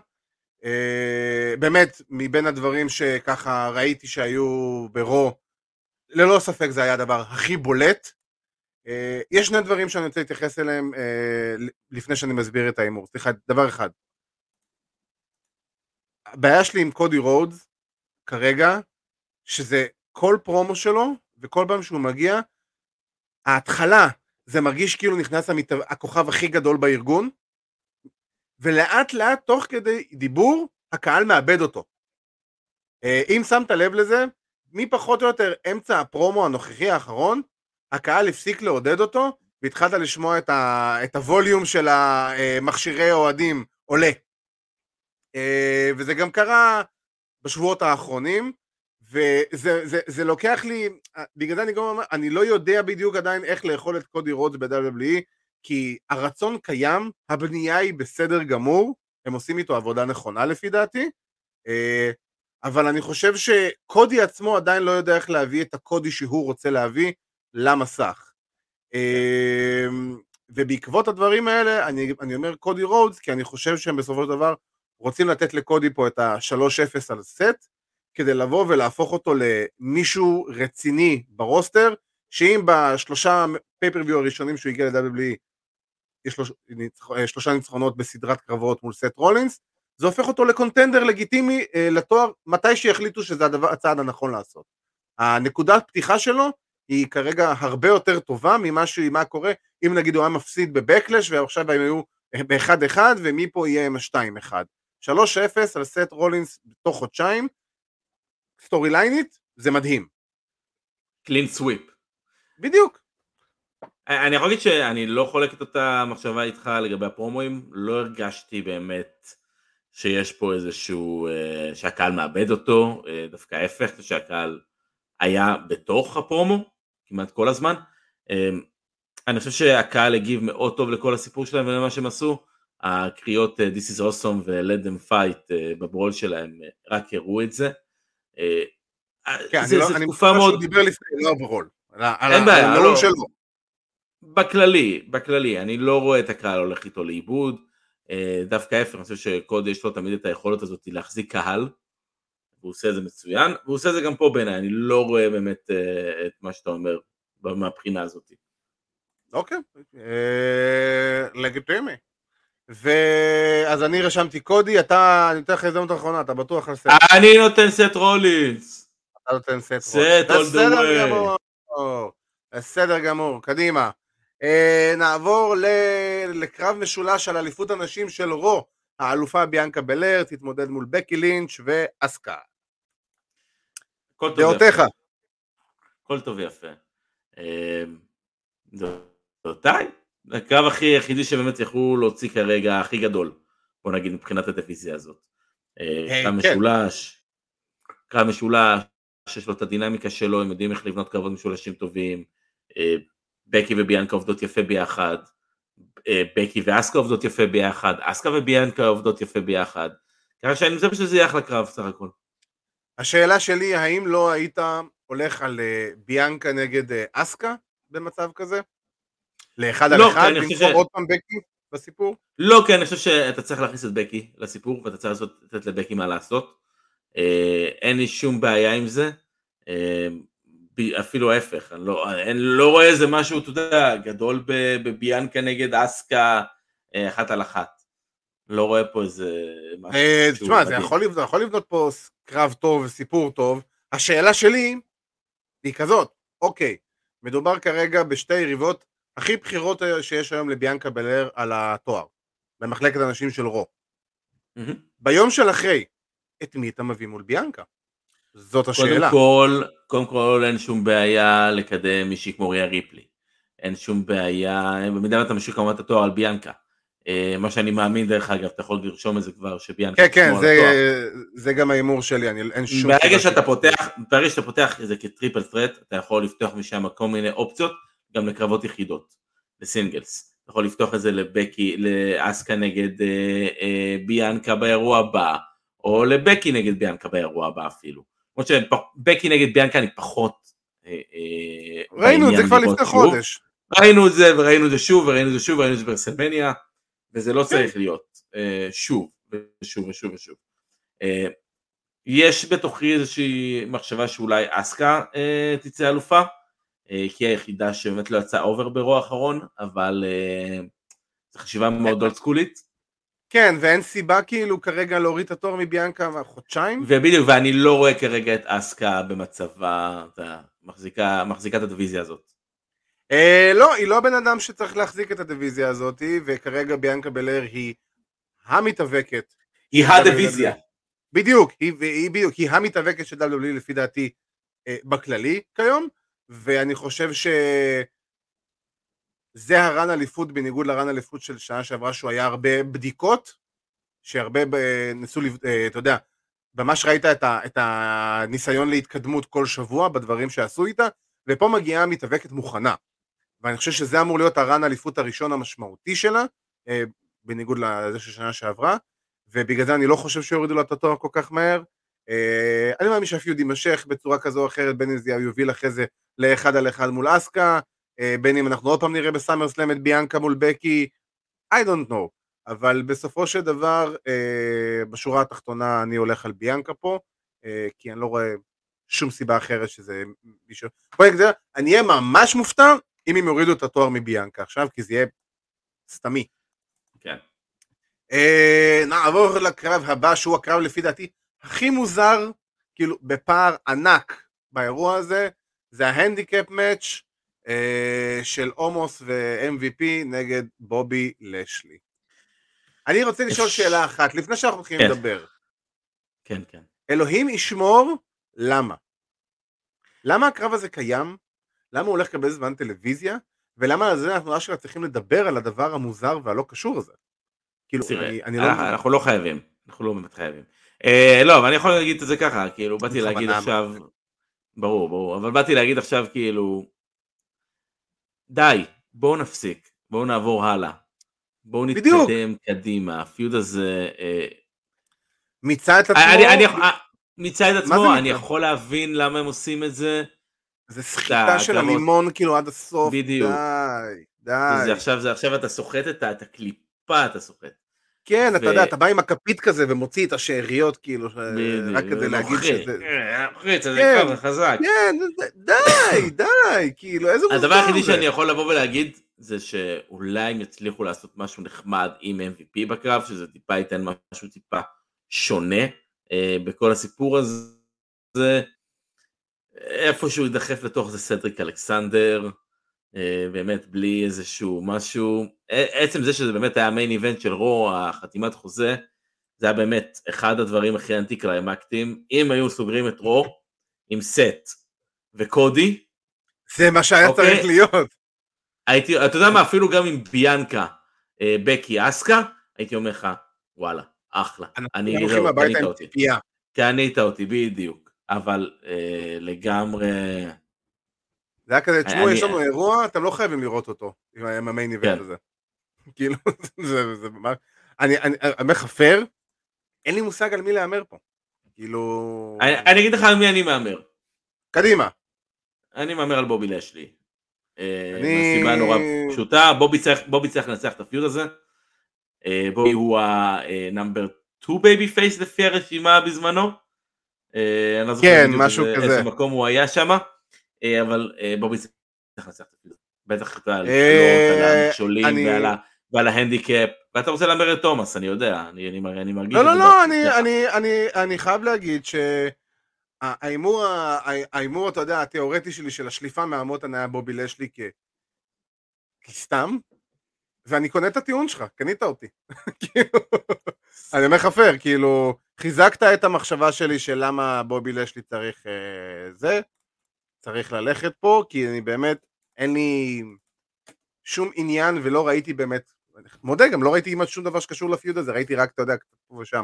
באמת מבין הדברים שככה ראיתי שהיו ברו, ללא ספק זה היה הדבר הכי בולט, יש 2 דברים שאני רוצה להתייחס אליהם לפני שאני מסביר את האימור, סליחה, דבר אחד, הבעיה שלי עם קודי רודס כרגע, שזה כל פרומו שלו, וכל פעם שהוא מגיע, ההתחלה זה מרגיש כאילו נכנס הכוכב הכי גדול בארגון, ולאט לאט תוך כדי דיבור, הקהל מאבד אותו. אם שמת לב לזה, מי פחות או יותר אמצע הפרומו הנוכחי האחרון, הקהל הפסיק לעודד אותו, והתחלת לשמוע את הווליום של המכשירי אוהדים עולה. וזה גם קרה בשבועות האחרונים, וזה לוקח לי, בגלל זה אני לא יודע בדיוק עדיין איך לאכול את קודי רודס ב-WWE, כי הרצון קיים, הבנייה היא בסדר גמור, הם עושים איתו עבודה נכונה לפי דעתי, אבל אני חושב שקודי עצמו עדיין לא יודע איך להביא את הקודי שהוא רוצה להביא למסך. ובעקבות הדברים האלה, אני אומר קודי רודס, כי אני חושב שהם בסופו של דבר רוצים לתת לקודי פה את ה-3-0 על סט, כדי לבוא ולהפוך אותו למישהו רציני ברוסטר, שאם בשלושה פייפריוויו הראשונים שהוא הגיע ל-WWE, יש 3 ניצחונות בסדרת קרבות מול סט רולינס, זה הופך אותו לקונטנדר לגיטימי לתואר, מתי שיחליטו שזה הצעד הנכון לעשות. הנקודת פתיחה שלו היא כרגע הרבה יותר טובה ממה קורה, אם נגיד הוא היה מפסיד בבקלש, ועכשיו הם היו ב-1-1, ומפה יהיה עם 2-1. 3-0 על סט רולינס בתוך חודשיים, סטורי ליינית, זה מדהים. קלין סוויפ. בדיוק. אני יכול להגיד שאני לא חולק את אותה מחשבה איתך לגבי הפרומואים, לא הרגשתי באמת שיש פה איזשהו, שהקהל מאבד אותו, דווקא ההפך, שהקהל היה בתוך הפרומו, כמעט כל הזמן. אני חושב שהקהל הגיב מאוד טוב לכל הסיפור שלהם ולמה שהם עשו, הקריאות This is awesome ו-Let them fight בברול שלהם רק הראו את זה. כן, זה אני תקופה מאוד... שהוא דיבר לפני, לא ברול, אין בעיה, על הנאום שלו. בכללי, אני לא רואה את הקהל הולך איתו לאיבוד, דווקא ההפך, אני חושב שקוד יש לו תמיד את היכולת הזאת להחזיק קהל, והוא עושה את זה מצוין, והוא עושה את זה גם פה בעיניי, אני לא רואה באמת את מה שאתה אומר מהבחינה הזאת. אוקיי, לגיטימי. אז אני רשמתי קודי, אני נותן לך הזדמנות האחרונה, אתה בטוח על סט. אני נותן סט רולינס. אתה נותן סט רולינס. סט all the way. בסדר גמור, קדימה. נעבור לקרב משולש על אליפות הנשים של רו. האלופה ביאנקה בלר תתמודד מול בקי לינץ' ואסקה. דעותיך. הכל טוב ויפה. די. הקרב היחידי שבאמת יכלו להוציא כרגע הכי גדול, בוא נגיד מבחינת הדיוויזיה הזאת. קרב משולש, שיש לו את הדינמיקה שלו, הם יודעים איך לבנות קרבות משולשים טובים, בקי וביאנקה עובדות יפה ביחד, בקי ואסקה עובדות יפה ביחד, אסקה וביאנקה עובדות יפה ביחד, ככה שאני חושב שזה יהיה אחלה קרב סך הכל. השאלה שלי, האם לא היית הולך על ביאנקה נגד אסקה במצב כזה? לאחד על אחד, במקום עוד פעם בקי בסיפור? לא, כי אני חושב שאתה צריך להכניס את בקי לסיפור, ואתה צריך לתת לבקי מה לעשות. אין לי שום בעיה עם זה, אפילו ההפך, אני לא רואה איזה משהו, אתה יודע, גדול בביאנקה נגד אסקה, אחת על אחת. לא רואה פה איזה משהו. תשמע, זה יכול לבנות פה קרב טוב וסיפור טוב. השאלה שלי היא כזאת, אוקיי, מדובר כרגע בשתי יריבות הכי בחירות שיש היום לביאנקה בלר על התואר, במחלקת אנשים של רו. ביום של אחרי, את מי אתה מביא מול ביאנקה? זאת השאלה. קודם כל אין שום בעיה לקדם מישהי כמו ריה ריפלי. אין שום בעיה, במידה אתה משאיר כמובן את התואר על ביאנקה. מה שאני מאמין דרך אגב, אתה יכול לרשום את זה כבר שביאנקה כן, זה גם האימור שלי, אין שום... ברגע שאתה פותח את זה כטריפל טרט, אתה יכול לפתוח משם כל מיני אופציות, גם לקרבות יחידות, לסינגלס. אתה יכול לפתוח את זה לבקי, לאסקה נגד ביאנקה באירוע הבא, או לבקי נגד ביאנקה באירוע הבא אפילו. כמו שבקי נגד ביאנקה אני פחות... ראינו את זה כבר לפני חודש. ראינו את זה וראינו את זה שוב וראינו את זה שוב וראינו את זה ברסלמניה, וזה לא צריך להיות שוב ושוב ושוב ושוב. יש בתוכי איזושהי מחשבה שאולי אסקה תצא אלופה, כי היחידה שבאמת לא יצאה אובר ברוע האחרון, אבל זו חשיבה מאוד אולד סקולית. כן, ואין סיבה כאילו כרגע להוריד את התואר מביאנקה חודשיים. ובדיוק, ואני לא רואה כרגע את אסקה במצבה, מחזיקה את הדיוויזיה הזאת. לא, היא לא הבן אדם שצריך להחזיק את הדיוויזיה הזאת, וכרגע ביאנקה בלר היא המתאבקת. היא הדיוויזיה. בדיוק, היא המתאבקת של WWE לפי דעתי בכללי כיום, ואני חושב שזה הרן אליפות בניגוד לרן אליפות של שנה שעברה, שהוא היה הרבה בדיקות, שהרבה ניסו, אתה יודע, ממש ראית את הניסיון להתקדמות כל שבוע בדברים שעשו איתה, ופה מגיעה מתאבקת מוכנה, ואני חושב שזה אמור להיות הרן אליפות הראשון המשמעותי שלה, בניגוד לזה של שנה שעברה, ובגלל זה אני לא חושב שיורידו לה את התואר כל כך מהר. אני מאמין שהפיוד יימשך בצורה כזו או אחרת, בין אם זה יוביל אחרי זה לאחד על אחד מול אסקה, בין אם אנחנו עוד פעם נראה בסאמר סלאם את ביאנקה מול בקי, I don't know, אבל בסופו של דבר, בשורה התחתונה אני הולך על ביאנקה פה, כי אני לא רואה שום סיבה אחרת שזה מישהו, אני אהיה ממש מופתע אם הם יורידו את התואר מביאנקה עכשיו, כי זה יהיה סתמי. כן. נעבור לקרב הבא, שהוא הקרב לפי דעתי הכי מוזר, כאילו בפער ענק באירוע הזה, זה ההנדיקאפ מאץ' של אומוס ו-MVP נגד בובי לשלי. אני רוצה לשאול שאלה אחת, לפני שאנחנו מתחילים לדבר. כן, כן. אלוהים ישמור, למה? למה הקרב הזה קיים? למה הוא הולך לקבל זמן טלוויזיה? ולמה על זה אנחנו אשכרה צריכים לדבר על הדבר המוזר והלא קשור הזה? כאילו, אנחנו לא חייבים, אנחנו לא באמת חייבים. לא, אבל אני יכול להגיד את זה ככה, כאילו, באתי להגיד עכשיו, ברור, אבל באתי להגיד עכשיו, כאילו, די, בואו נפסיק, בואו נעבור הלאה, בואו בדיוק. נתקדם קדימה, הפיוד הזה... מיצה את עצמו. מיצה את עצמו, אני יכול להבין למה הם עושים את זה. זה סחיטה של הלימון כאילו עד הסוף. בדיוק. די. עכשיו אתה סוחט את הקליפה, אתה סוחט. כן, אתה יודע, אתה בא עם הכפית כזה ומוציא את השאריות כאילו, רק כדי להגיד שזה... מוחריץ, זה ככה חזק. כן, די, כאילו, איזה מוזר זה. הדבר היחידי שאני יכול לבוא ולהגיד, זה שאולי הם יצליחו לעשות משהו נחמד עם MVP בקרב, שזה טיפה ייתן משהו טיפה שונה בכל הסיפור הזה. איפשהו ידחף לתוך זה סדריק אלכסנדר, באמת בלי איזשהו משהו, עצם זה שזה באמת היה מיין איבנט של רו, החתימת חוזה, זה היה באמת אחד הדברים הכי אנטי קליימקטיים. אם היו סוגרים את רו עם סט וקודי, זה מה שהיה צריך להיות. אתה יודע מה, אפילו גם עם ביאנקה, בקי אסקה, הייתי אומר לך, וואלה, אחלה. קנית אותי, בדיוק. אבל לגמרי... זה היה כזה, תשמעו, יש לנו אירוע, אתם לא חייבים לראות אותו, עם המיין איבנט הזה. כאילו, זה ממש... אני מחפר, אין לי מושג על מי להאמר פה. כאילו... אני אגיד לך על מי אני מאמר. קדימה. אני מאמר על בובי לשלי. מהסיבה נורא פשוטה, בובי צריך לנצח את הפיוד הזה. בובי הוא הנאמבר 2 בייבי פייס לפי הרשימה בזמנו. כן, משהו כזה. איזה מקום הוא היה שם, אבל בובי צריך לנצח את הפיוד. בטח על המכשולים ועל ההנדיקאפ, ואתה רוצה לאמר את תומאס, אני יודע, אני מרגיש... לא, אני חייב להגיד שהאימור, אתה יודע, התיאורטי שלי של השליפה מהמותן היה בובי לשלי כסתם, ואני קונה את הטיעון שלך, קנית אותי. אני אומר חפר, כאילו, חיזקת את המחשבה שלי של למה בובי לשלי צריך ללכת פה, כי אני באמת, אין לי שום עניין ולא ראיתי באמת, מודה, גם לא ראיתי שום דבר שקשור לפיוד הזה, ראיתי רק, אתה יודע, פה ושם.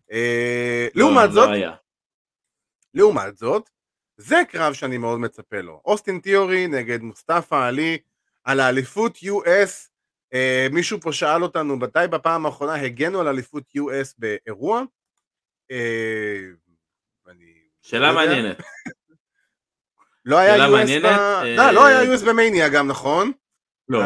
לעומת זאת, זה קרב שאני מאוד מצפה לו. אוסטין תיאורי נגד מוסטפא עלי, על האליפות US, מישהו פה שאל אותנו, מתי בפעם האחרונה הגנו על אליפות US באירוע? שאלה מעניינת. לא היה US במאניה גם, נכון? לא.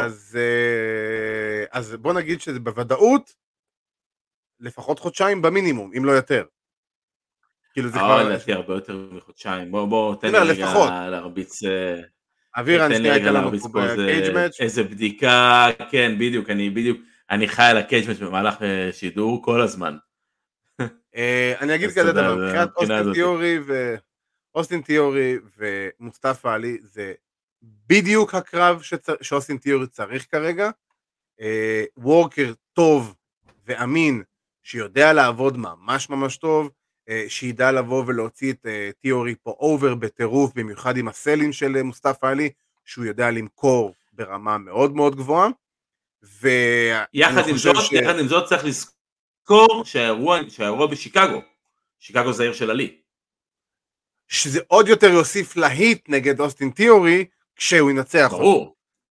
אז בוא נגיד שזה בוודאות, לפחות חודשיים במינימום, אם לא יותר. כאילו זה כבר... לדעתי הרבה יותר מחודשיים. בוא, תן לי רגע להרביץ... אוויר, אני שנייה הייתה לנו פה בקייג' מאץ'. איזה בדיקה, כן, בדיוק, אני חי על הקייג' מאץ' במהלך שידור כל הזמן. אני אגיד כזה דבר, מבחינת אוסטין תיאורי ומוסטפא עלי, זה בדיוק הקרב שאוסטין תיאורי צריך כרגע, וורקר טוב ואמין, שיודע לעבוד ממש ממש טוב, שידע לבוא ולהוציא את תיאורי פה אובר בטירוף, במיוחד עם הסלים של מוסטפא עלי, שהוא יודע למכור ברמה מאוד מאוד גבוהה, יחד עם זאת צריך לזכור שהאירוע בשיקגו, שיקגו זה העיר של עלי. שזה עוד יותר יוסיף להיט נגד אוסטין תיאורי, כשהוא ינצח. ברור.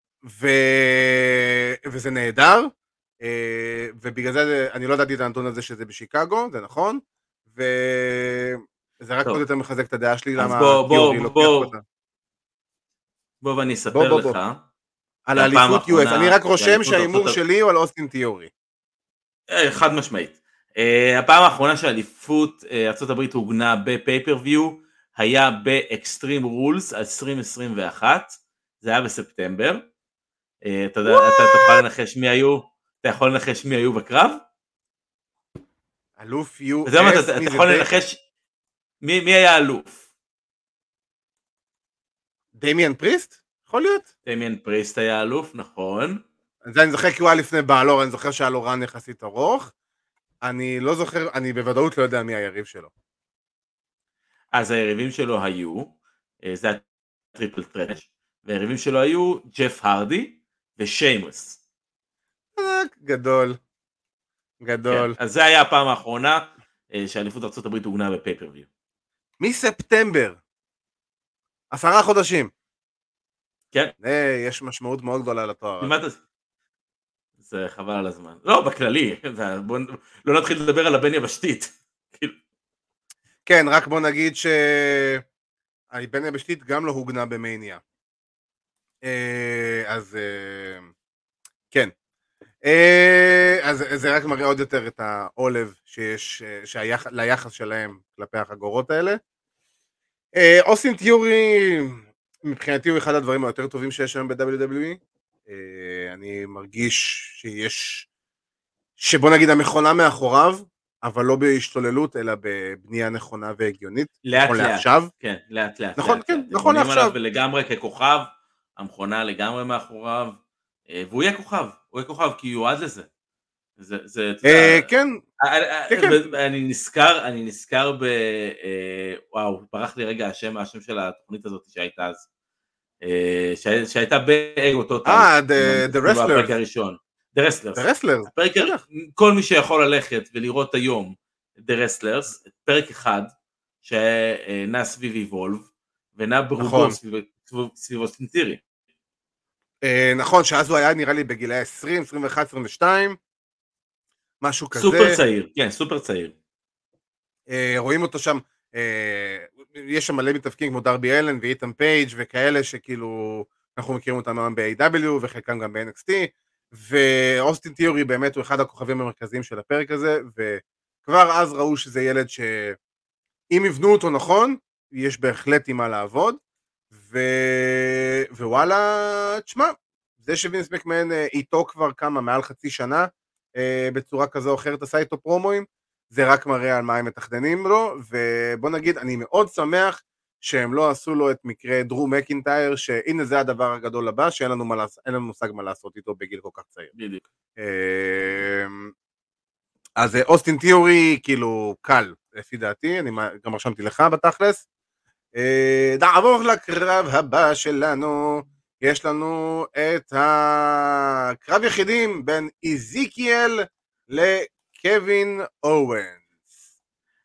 וזה נהדר, ובגלל זה אני לא ידעתי את הנתון הזה שזה בשיקגו, זה נכון, וזה רק עוד יותר מחזק את הדעה שלי, למה תיאורי לוקח אותה. בוא ואני אספר לך. על האליפות US, אני רק רושם שהאימור שלי הוא על אוסטין תיאורי. חד משמעית. הפעם האחרונה שהאליפות ארצות הברית הוגנה בפייפריוויו, היה באקסטרים רולס 2021, זה היה בספטמבר. אתה תוכל לנחש מי היו, אתה יכול לנחש מי היו בקרב? אלוף US. אתה יכול לנחש מי היה אלוף? דמיאן פריסט? יכול להיות? דמיאן פריסט היה אלוף, נכון. זה אני זוכר כי הוא היה לפני בעלור, אני זוכר שהיה לו רן יחסית ארוך. אני לא זוכר, אני בוודאות לא יודע מי היריב שלו. אז היריבים שלו היו, זה היה טריפל טרש, והיריבים שלו היו ג'ף הרדי ושיימוס. גדול. כן, אז זה היה הפעם האחרונה שהאליפות ארצות הברית הוגנה בפייפריוויו. מספטמבר. 10 חודשים. כן. יש משמעות מאוד גדולה לתואר הזה. זה חבל על הזמן. לא, בכללי, בוא לא נתחיל לדבר על הבן יבשתית. כן, רק בוא נגיד שהבן יבשתית גם לא הוגנה במאניה. אז כן. אז זה רק מראה עוד יותר את העולב שיש ליחס שלהם כלפי החגורות האלה. אוסטין תיורי מבחינתי הוא אחד הדברים היותר טובים שיש היום ב-WWE. אני מרגיש שבוא נגיד המכונה מאחוריו, אבל לא בהשתוללות אלא בבנייה נכונה והגיונית. לאט לאט. לעכשיו. כן, לאט לאט. נכון, כן, נכון לעכשיו. ולגמרי ככוכב, המכונה לגמרי מאחוריו, והוא יהיה כוכב כי הוא יועד לזה. כן. אני נזכר וואו, ברח לי רגע השם של התוכנית הזאת שהייתה אז, שהייתה באותו The Wrestlers. הפרק הראשון. The Wrestlers. כל מי שיכול ללכת ולראות היום The Wrestlers, פרק אחד שנע סביב Evolve ונע ברובו סביב אוסטין תיורי. נכון, שאז הוא היה נראה לי בגילי 20, 21, 22, משהו כזה. סופר צעיר, כן, סופר צעיר. רואים אותו שם, יש שם מלא מתאבקים כמו דרבי אלן ואיתן פייג' וכאלה שכאילו אנחנו מכירים אותם היום ב-AW וחלקם גם ב-NXT, ואוסטין תיורי באמת הוא אחד הכוכבים המרכזיים של הפרק הזה, וכבר אז ראו שזה ילד שאם יבנו אותו נכון, יש בהחלט עם מה לעבוד, ווואלה, תשמע, זה שווינס מקמן איתו כבר כמה, מעל חצי שנה, בצורה כזו או אחרת עשה איתו פרומואים, זה רק מראה על מה הם מתכננים לו, ובוא נגיד, אני מאוד שמח שהם לא עשו לו את מקרה דרו מקינטייר, שהנה זה הדבר הגדול הבא, שאין לנו מושג מה לעשות איתו בגיל כל כך צעיר. בדיוק. אז אוסטין תיורי כאילו קל, לפי דעתי, אני גם רשמתי לך בתכלס. נעבור לקרב הבא שלנו, יש לנו את הקרב יחידים בין איזיקיאל לקווין אוונס.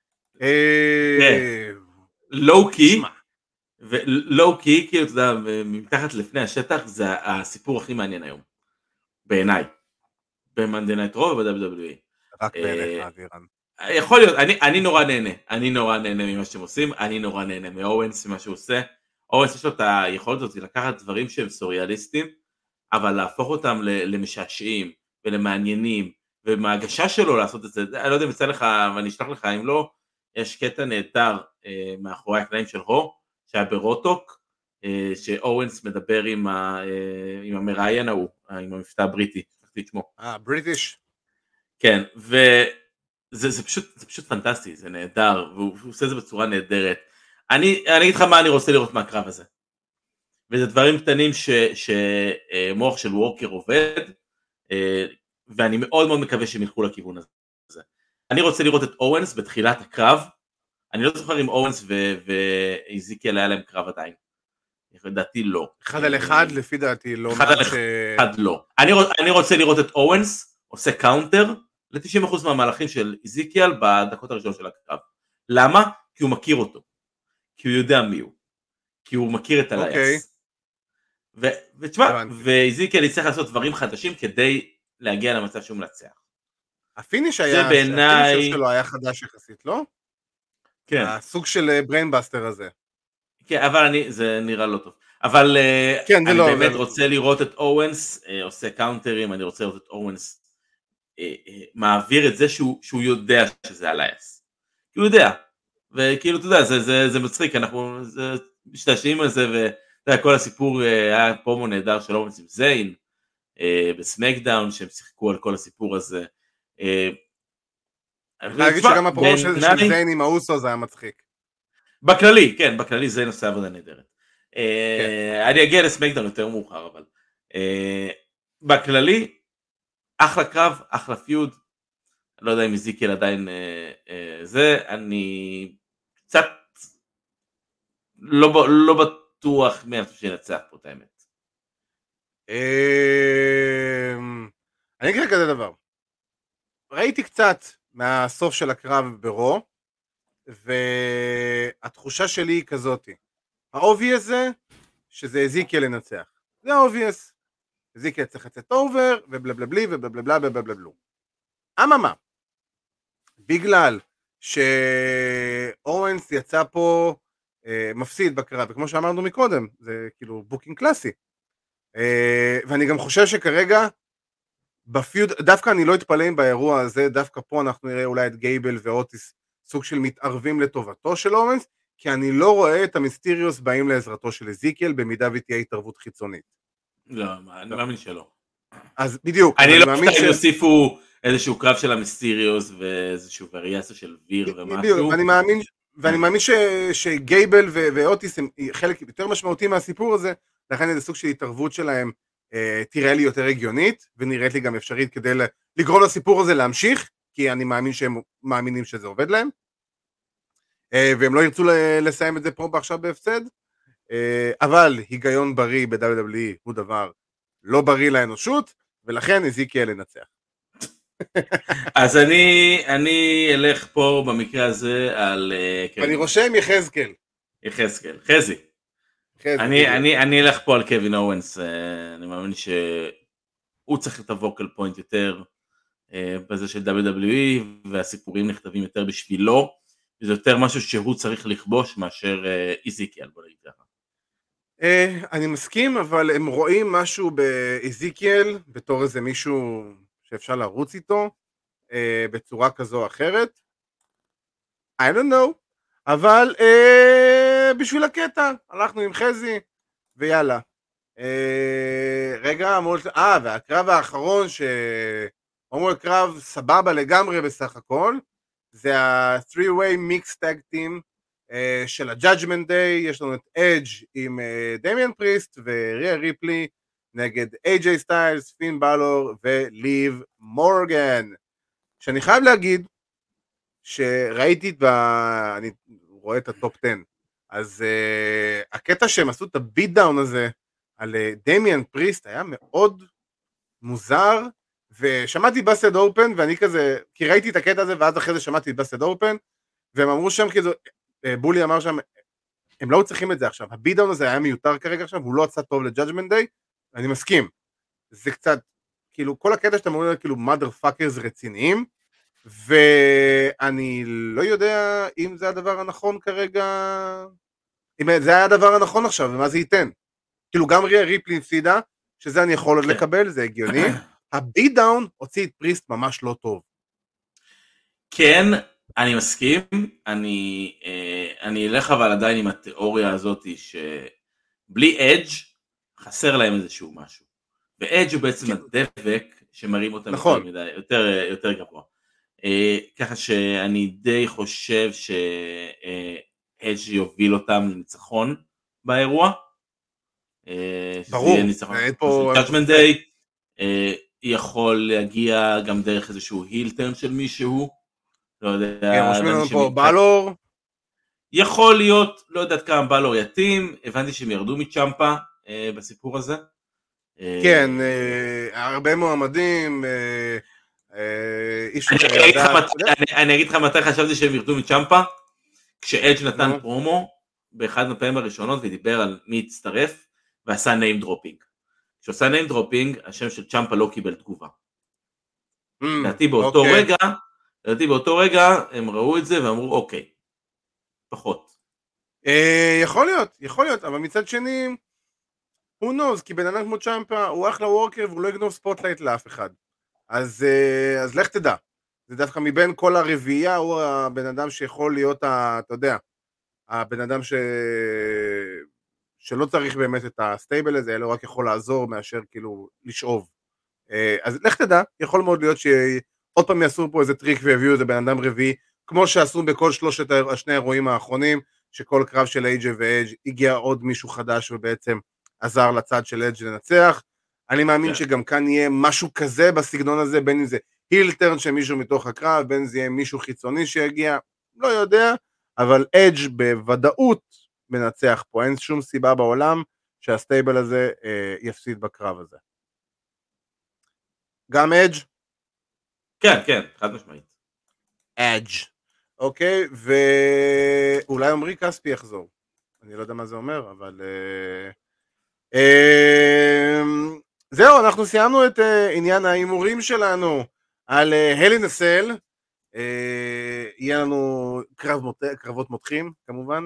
לואו-קי, ולואו-קי, כאילו אתה יודע, מתחת לפני השטח, זה הסיפור הכי מעניין היום, בעיניי, במאנדיי נייט רו וב-WWE. רק בעיניך, אבירן. יכול להיות, אני נורא נהנה ממה שאתם עושים, אני נורא נהנה מאורנס ממה שהוא עושה. אורנס יש לו את היכולת הזאת לקחת דברים שהם סוריאליסטיים, אבל להפוך אותם למשעשעים ולמעניינים, ומההגשה שלו לעשות את זה, אני לא יודע אם יצא לך, ואני אשלח לך, אם לא, יש קטע נהדר מאחורי הקלעים של רו, שהיה ברוטוק, שאורנס מדבר עם המראיין ההוא, עם המבטא הבריטי, שכחתי את שמו. בריטיש. כן, זה פשוט פנטסטי, זה נהדר, והוא עושה את זה בצורה נהדרת. אני אגיד לך מה אני רוצה לראות מהקרב הזה. וזה דברים קטנים שמוח של וורקר עובד, ואני מאוד מאוד מקווה שהם ילכו לכיוון הזה. אני רוצה לראות את אורנס בתחילת הקרב, אני לא זוכר אם אורנס ואיזיקיאל היה להם קרב עדיין. לדעתי לא. אחד על אחד לפי דעתי לא. אחד על אחד לא. אני רוצה לראות את אורנס עושה קאונטר, ל-90% מהמהלכים של איזיקיאל בדקות הראשונות של הקרב. למה? כי הוא מכיר אותו. כי הוא יודע מי הוא. כי הוא מכיר את הלייס. ותשמע, ואיזיקיאל יצטרך לעשות דברים חדשים כדי להגיע למצב שהוא מנצח. הפיניש שלו היה חדש יחסית, לא? כן. הסוג של בריינבאסטר הזה. כן, אבל זה נראה לא טוב. אבל אני באמת רוצה לראות את אורנס עושה קאונטרים, אני רוצה לראות את אורנס מעביר את זה שהוא יודע שזה הלייס. כי הוא יודע, וכאילו אתה יודע, זה מצחיק, אנחנו משתעשעים על זה, וכל הסיפור היה פרומו נהדר של אורנס עם זיין, בסמקדאון, שהם שיחקו על כל הסיפור הזה. אני להגיד שגם הפרומו של זיין עם האוסו זה היה מצחיק. בכללי, כן, בכללי זיין עושה עבודה נהדרת. אני אגיע לסמקדאון יותר מאוחר, אבל בכללי, אחלה קרב, אחלה פיוד, אני לא יודע אם איזיקיאל עדיין זה, אני קצת לא בטוח מי אני חושב שינצח פה את האמת. אני אגיד כזה דבר, ראיתי קצת מהסוף של הקרב ברו, והתחושה שלי היא כזאת, האובי הזה, שזה הזיקיאל לנצח. זה obvious. הזיקיאל צריך לצאת אובר, ובלבלבלי, ובלבלבלבלבלבלו. אממה, בגלל שאורנס יצא פה מפסיד בקרב, וכמו שאמרנו מקודם, זה כאילו בוקינג קלאסי. ואני גם חושב שכרגע, בפיוד, דווקא אני לא אתפלא אם באירוע הזה, דווקא פה אנחנו נראה אולי את גייבל ואוטיס, סוג של מתערבים לטובתו של אורנס, כי אני לא רואה את המיסטיריוס באים לעזרתו של הזיקיאל, במידה ותהיה התערבות חיצונית. לא, אני מאמין שלא. אז בדיוק. אני לא חושב שהם יוסיפו איזשהו קרב של המיסטיריוס, ואיזשהו וריאציה של ויר ומשהו. ואני מאמין שגייבל ואוטיס הם חלק יותר משמעותי מהסיפור הזה, לכן איזה סוג של התערבות שלהם תראה לי יותר הגיונית, ונראית לי גם אפשרית כדי לגרום לסיפור הזה להמשיך, כי אני מאמין שהם מאמינים שזה עובד להם, והם לא ירצו לסיים את זה פה עכשיו בהפסד, אבל היגיון בריא ב-WWE הוא דבר לא בריא לאנושות, ולכן הזיקיאל לנצח. אז אני אלך פה במקרה הזה על... אני רושם יחזקאל. חזי. אני אלך פה על קווין אורנס, אני מאמין שהוא צריך את הווקל פוינט יותר בזה של WWE, והסיפורים נכתבים יותר בשבילו, וזה יותר משהו שהוא צריך לכבוש מאשר איזיקיאל, בוא נגיד ככה. אני מסכים, אבל הם רואים משהו באיזיקיאל, בתור איזה מישהו שאפשר לרוץ איתו, בצורה כזו או אחרת. I don't know. אבל בשביל הקטע, הלכנו עם חזי, ויאללה. רגע, והקרב האחרון, שאומר קרב סבבה לגמרי בסך הכל, זה ה-3-way mixed tag team של ה-Judgment Day, יש לנו את אדג' עם דמיאן פריסט וריה ריפלי, נגד AJ סטיילס, פין בלור וליב מורגן. שאני חייב להגיד, שראיתי, אני רואה את הטופ 10, אז הקטע שהם עשו את הביט דאון הזה, על דמיאן פריסט, היה מאוד מוזר, ושמעתי בסד אופן, ואני כזה, כי ראיתי את הקטע הזה, ואז אחרי זה שמעתי את בסד אופן, והם אמרו שם כזה, בולי אמר שם, הם לא צריכים את זה עכשיו, הביט דאון הזה היה מיותר כרגע עכשיו, הוא לא עשה טוב לג'אג'מנט דיי, אני מסכים, זה קצת, כאילו, כל הקטע שאתם אומרים, כאילו, mother fuckers רציניים, ואני לא יודע אם זה הדבר הנכון כרגע, אם זה היה הדבר הנכון עכשיו, ומה זה ייתן. כאילו גם ריה ריפלי הפסידה, שזה אני יכול עוד לקבל, זה הגיוני. הביט דאון הוציא את פריסט ממש לא טוב. כן, אני מסכים, אני אלך אבל עדיין עם התיאוריה הזאת, שבלי אדג' חסר להם איזשהו משהו. ואדג' הוא בעצם הדבק שמרים אותם יותר גבוה. ככה שאני די חושב שאדג' יוביל אותם לניצחון באירוע. ברור. Judgment Day יכול להגיע גם דרך איזשהו הילטרן של מישהו. לא יודע. רושמים לנו פה בלור. יכול להיות, לא יודעת כמה בלור יתאים, הבנתי שהם ירדו מצ'מפה בסיפור הזה. כן, הרבה מועמדים. אני אגיד לך מתי חשבתי שהם ירדו מצ'מפה, כשאדג' נתן פרומו באחד מהפעמים הראשונות ודיבר על מי יצטרף ועשה ניים דרופינג. כשעושה ניים דרופינג השם של צ'מפה לא קיבל תגובה. לדעתי באותו רגע הם ראו את זה ואמרו אוקיי, פחות. יכול להיות, אבל מצד שני who knows, כי בן אדם כמו צ'מפה הוא אחלה וורקר והוא לא יגנוב ספוטלייט לאף אחד. אז לך תדע, זה דווקא מבין כל הרביעייה, הוא הבן אדם שיכול להיות, אתה יודע, הבן אדם שלא צריך באמת את הסטייבל הזה, אלא רק יכול לעזור מאשר כאילו לשאוב. אז לך תדע, יכול מאוד להיות שעוד פעם יעשו פה איזה טריק ויביאו איזה בן אדם רביעי, כמו שעשו בכל שני האירועים האחרונים, שכל קרב של אייג' ואייג' הגיע עוד מישהו חדש ובעצם עזר לצד של אייג' לנצח. אני מאמין שגם כאן יהיה משהו כזה בסגנון הזה, בין אם זה הילטרן שמישהו מתוך הקרב, בין אם זה יהיה מישהו חיצוני שיגיע, לא יודע, אבל אדג' בוודאות מנצח פה, אין שום סיבה בעולם שהסטייבל הזה יפסיד בקרב הזה. גם אדג'? כן, חד משמעית. אדג', אוקיי, ואולי עמרי כספי יחזור. אני לא יודע מה זה אומר, אבל זהו, אנחנו סיימנו את עניין ההימורים שלנו על הל אין סל. יהיה לנו קרבות מותחים כמובן,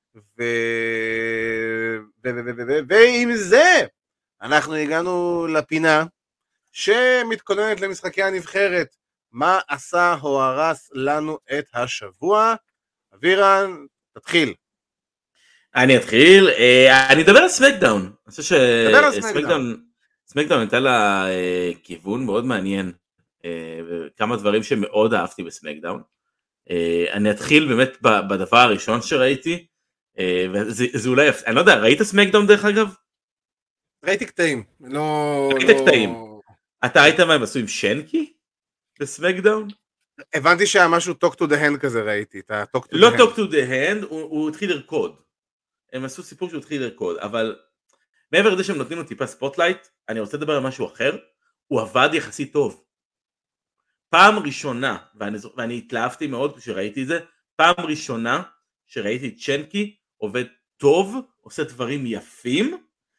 ועם זה אנחנו הגענו לפינה שמתכוננת למשחקי הנבחרת, מה עשה או הרס לנו את השבוע. אבירן, תתחיל. אני אתחיל, אני אדבר על סמקדאון. אני חושב שסמקדאון הייתה לה כיוון מאוד מעניין, וכמה דברים שמאוד אהבתי בסמקדאון. אני אתחיל באמת בדבר הראשון שראיתי, וזה אולי, אני לא יודע, ראית סמקדאון דרך אגב? ראיתי קטעים. ראית קטעים. אתה היית מה הם עשו עם שנקי בסמקדאון? הבנתי שהיה משהו talk to the hand כזה, ראיתי. לא talk to the hand, הוא התחיל לרקוד. הם עשו סיפור שהוא התחיל לרקוד, אבל מעבר לזה שהם נותנים לו טיפה ספוטלייט, אני רוצה לדבר על משהו אחר, הוא עבד יחסית טוב. פעם ראשונה, ואני התלהבתי מאוד כשראיתי את זה, פעם ראשונה שראיתי את צ'נקי עובד טוב, עושה דברים יפים,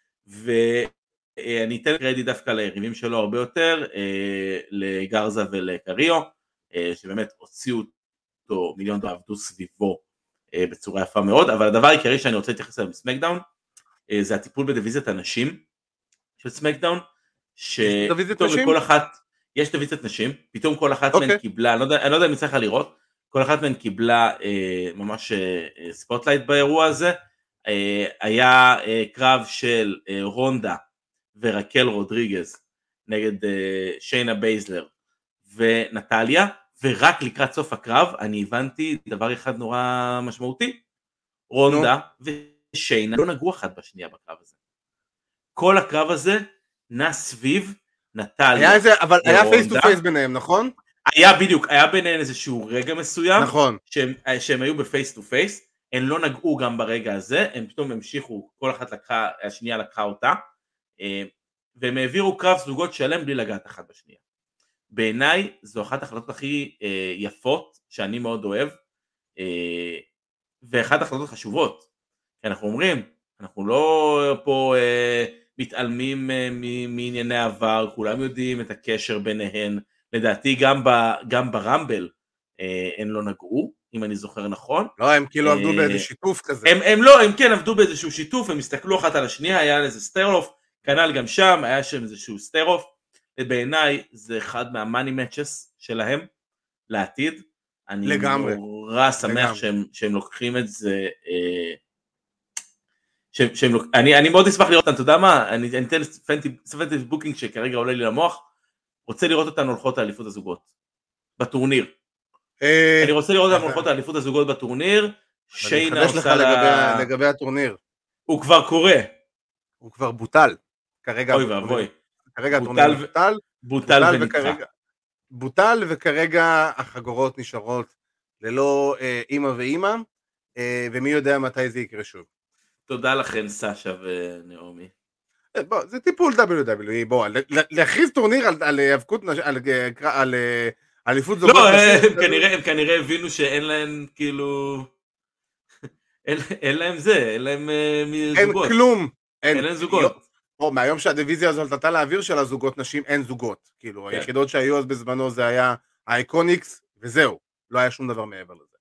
ואני אתן קרדיט דווקא ליריבים שלו הרבה יותר, לגרזה ולקריו, שבאמת הוציאו אותו מיליון דולר, עבדו סביבו בצורה יפה מאוד, אבל הדבר העיקרי שאני רוצה להתייחס אליו בסמקדאון, זה הטיפול בדיוויזיית הנשים של סמקדאון, שפתאום לכל אחת, יש דיוויזיית נשים, פתאום כל אחת מהן קיבלה, אני לא יודע אם צריך לראות, כל אחת מהן קיבלה ממש ספוטלייט באירוע הזה, היה קרב של רונדה ורקל רודריגז, נגד שיינה בייזלר ונטליה, ורק לקראת סוף הקרב אני הבנתי דבר אחד נורא משמעותי, רונדה ושיינה לא נגעו אחת בשנייה בקרב הזה. כל הקרב הזה נע סביב נטליה. אבל היה פייס טו פייס ביניהם, נכון? היה בדיוק, היה ביניהם איזשהו רגע מסוים, נכון. שהם היו בפייס טו פייס, הם לא נגעו גם ברגע הזה, הם פתאום המשיכו, כל אחת לקחה, השנייה לקחה אותה, והם העבירו קרב זוגות שלם בלי לגעת אחת בשנייה. בעיניי זו אחת ההחלטות הכי יפות שאני מאוד אוהב, ואחת ההחלטות חשובות, כי אנחנו אומרים, אנחנו לא פה מתעלמים מענייני העבר, כולם יודעים את הקשר ביניהן, לדעתי גם ברמבל הן לא נגעו, אם אני זוכר נכון. לא, הם כאילו עבדו באיזה שיתוף כזה. הם כן עבדו באיזשהו שיתוף, הם הסתכלו אחת על השנייה, היה איזה סטיירוף, כנ"ל גם שם, היה שם איזשהו סטיירוף, ובעיניי זה אחד מהמאני מאצ'ס שלהם לעתיד. אני נורא שמח שהם לוקחים את זה, אני מאוד אשמח לראות אותם, אתה יודע מה, אני אתן פנטי בוקינג שכרגע עולה לי למוח, רוצה לראות אותנו הולכות האליפות הזוגות, בטורניר. אני רוצה לראות אותנו הולכות האליפות הזוגות בטורניר, שיינה עושה לה... לגבי הטורניר. הוא כבר קורה. הוא כבר בוטל. אוי ואבוי. כרגע הטורניר בוטל ונדחה. בוטל וכרגע החגורות נשארות ללא אמא ואמא, ומי יודע מתי זה יקרה שוב. תודה לכן סשה ונעמי. בוא, זה טיפול WWE, בוא, להכריז טורניר על האבקות, על אליפות זוגות. לא, הם כנראה הבינו שאין להם כאילו, אין להם זה, אין להם זוגות. אין כלום. אין להם זוגות. מהיום שהדיוויזיה הזאת נתנה לאוויר של הזוגות נשים, אין זוגות. כאילו, היחידות שהיו אז בזמנו זה היה האיקוניקס, וזהו. לא היה שום דבר מעבר לזה.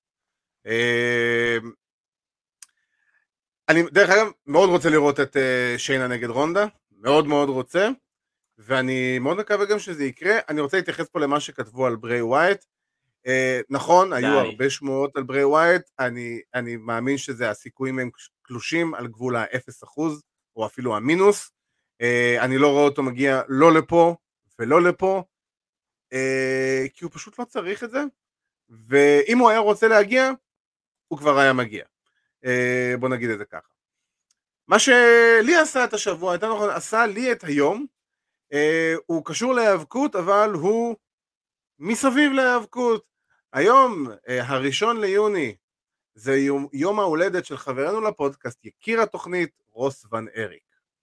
אני דרך אגב מאוד רוצה לראות את שיינה נגד רונדה, מאוד מאוד רוצה, ואני מאוד מקווה גם שזה יקרה. אני רוצה להתייחס פה למה שכתבו על ברי ווייט. נכון, היו הרבה שמועות על ברי ווייט, אני מאמין שזה הסיכויים הם קלושים על גבול ה-0% או אפילו המינוס. אני לא רואה אותו מגיע לא לפה ולא לפה, כי הוא פשוט לא צריך את זה, ואם הוא היה רוצה להגיע, הוא כבר היה מגיע. בוא נגיד את זה ככה. מה שלי עשה את השבוע, יותר נכון, עשה לי את היום, הוא קשור להיאבקות, אבל הוא מסביב להיאבקות. היום, הראשון ליוני, זה יום ההולדת של חברנו לפודקאסט, יקיר התוכנית, רוס ון אריק.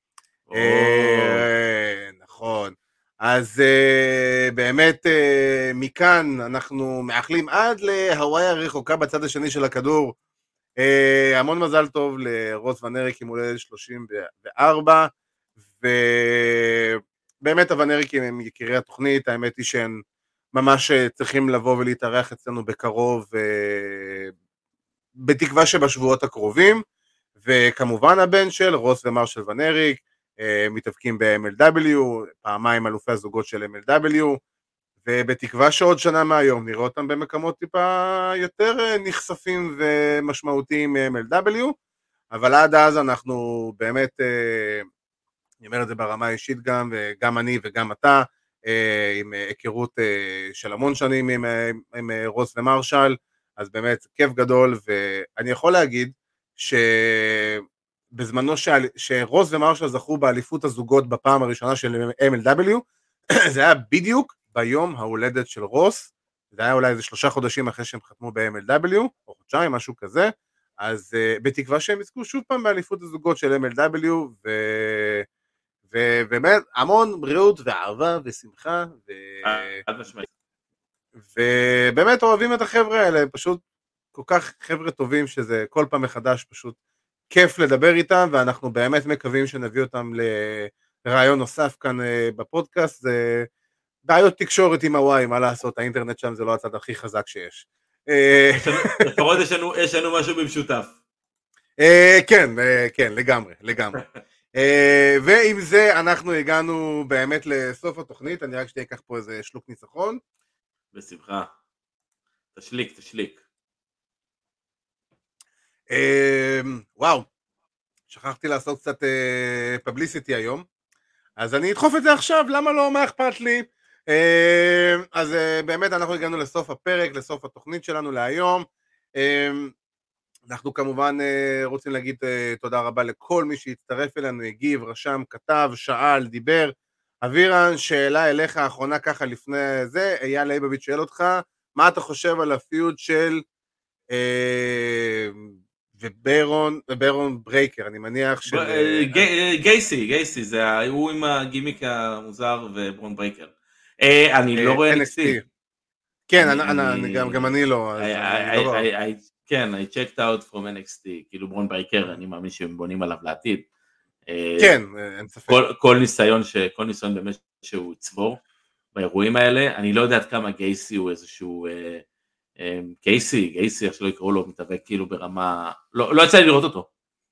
נכון. אז באמת מכאן אנחנו מאחלים עד להוואי הרחוקה בצד השני של הכדור, המון מזל טוב לרוס ון אריק עם הולדת 34, ובאמת הוונריקים הם יקירי התוכנית, האמת היא שהם ממש צריכים לבוא ולהתארח אצלנו בקרוב, בתקווה שבשבועות הקרובים, וכמובן הבן של רוס ומרשל ונריק, מתאבקים ב-MLW, פעמיים אלופי הזוגות של MLW, ובתקווה שעוד שנה מהיום נראה אותם במקומות טיפה יותר נחשפים ומשמעותיים מ-MLW, אבל עד אז אנחנו באמת, אני אומר את זה ברמה האישית גם, וגם אני וגם אתה, עם היכרות של המון שנים עם רוס ומרשל, אז באמת כיף גדול, ואני יכול להגיד שבזמנו שרוס ומרשל זכו באליפות הזוגות בפעם הראשונה של MLW, זה היה בדיוק ביום ההולדת של רוס, זה היה אולי איזה 3 חודשים אחרי שהם חתמו ב-MLW, או חודשיים, משהו כזה, אז בתקווה שהם יזכו שוב פעם באליפות הזוגות של MLW, ובאמת המון בריאות ואהבה ושמחה, ובאמת אוהבים את החבר'ה האלה, פשוט כל כך חבר'ה טובים שזה כל פעם מחדש פשוט כיף לדבר איתם, ואנחנו באמת מקווים שנביא אותם לרעיון נוסף כאן בפודקאסט. זה בעיות תקשורת עם הוואי, מה לעשות, האינטרנט שם זה לא הצד הכי חזק שיש. לפחות יש לנו משהו במשותף. כן, לגמרי. ועם זה אנחנו הגענו באמת לסוף התוכנית, אני רק שתיקח פה איזה שלוק ניצחון. בשמחה. תשליק. וואו, שכחתי לעשות קצת פבליסיטי היום, אז אני אדחוף את זה עכשיו, למה לא, מה אכפת לי? אז באמת אנחנו הגענו לסוף הפרק, לסוף התוכנית שלנו להיום. אנחנו כמובן רוצים להגיד תודה רבה לכל מי שהצטרף אלינו, הגיב, רשם, כתב, שאל, דיבר. אבירן, שאלה אליך האחרונה ככה לפני זה, אייל ליבוביץ' שואל אותך, מה אתה חושב על הפיוד של וברון ברייקר, אני מניח של... גייסי, זה הוא עם הגימיק המוזר וברון ברייקר. אני לא רואה NXT. כן, גם אני לא. כן, I checked out from NXT, כאילו ברון ברייקר, אני מאמין שהם בונים עליו לעתיד. כן, אין ספק. כל ניסיון באמת שהוא יצבור באירועים האלה, אני לא יודע עד כמה גייסי הוא איזשהו... גייסי, איך שלא יקראו לו, מתאבק כאילו ברמה, לא יצא לי לראות אותו.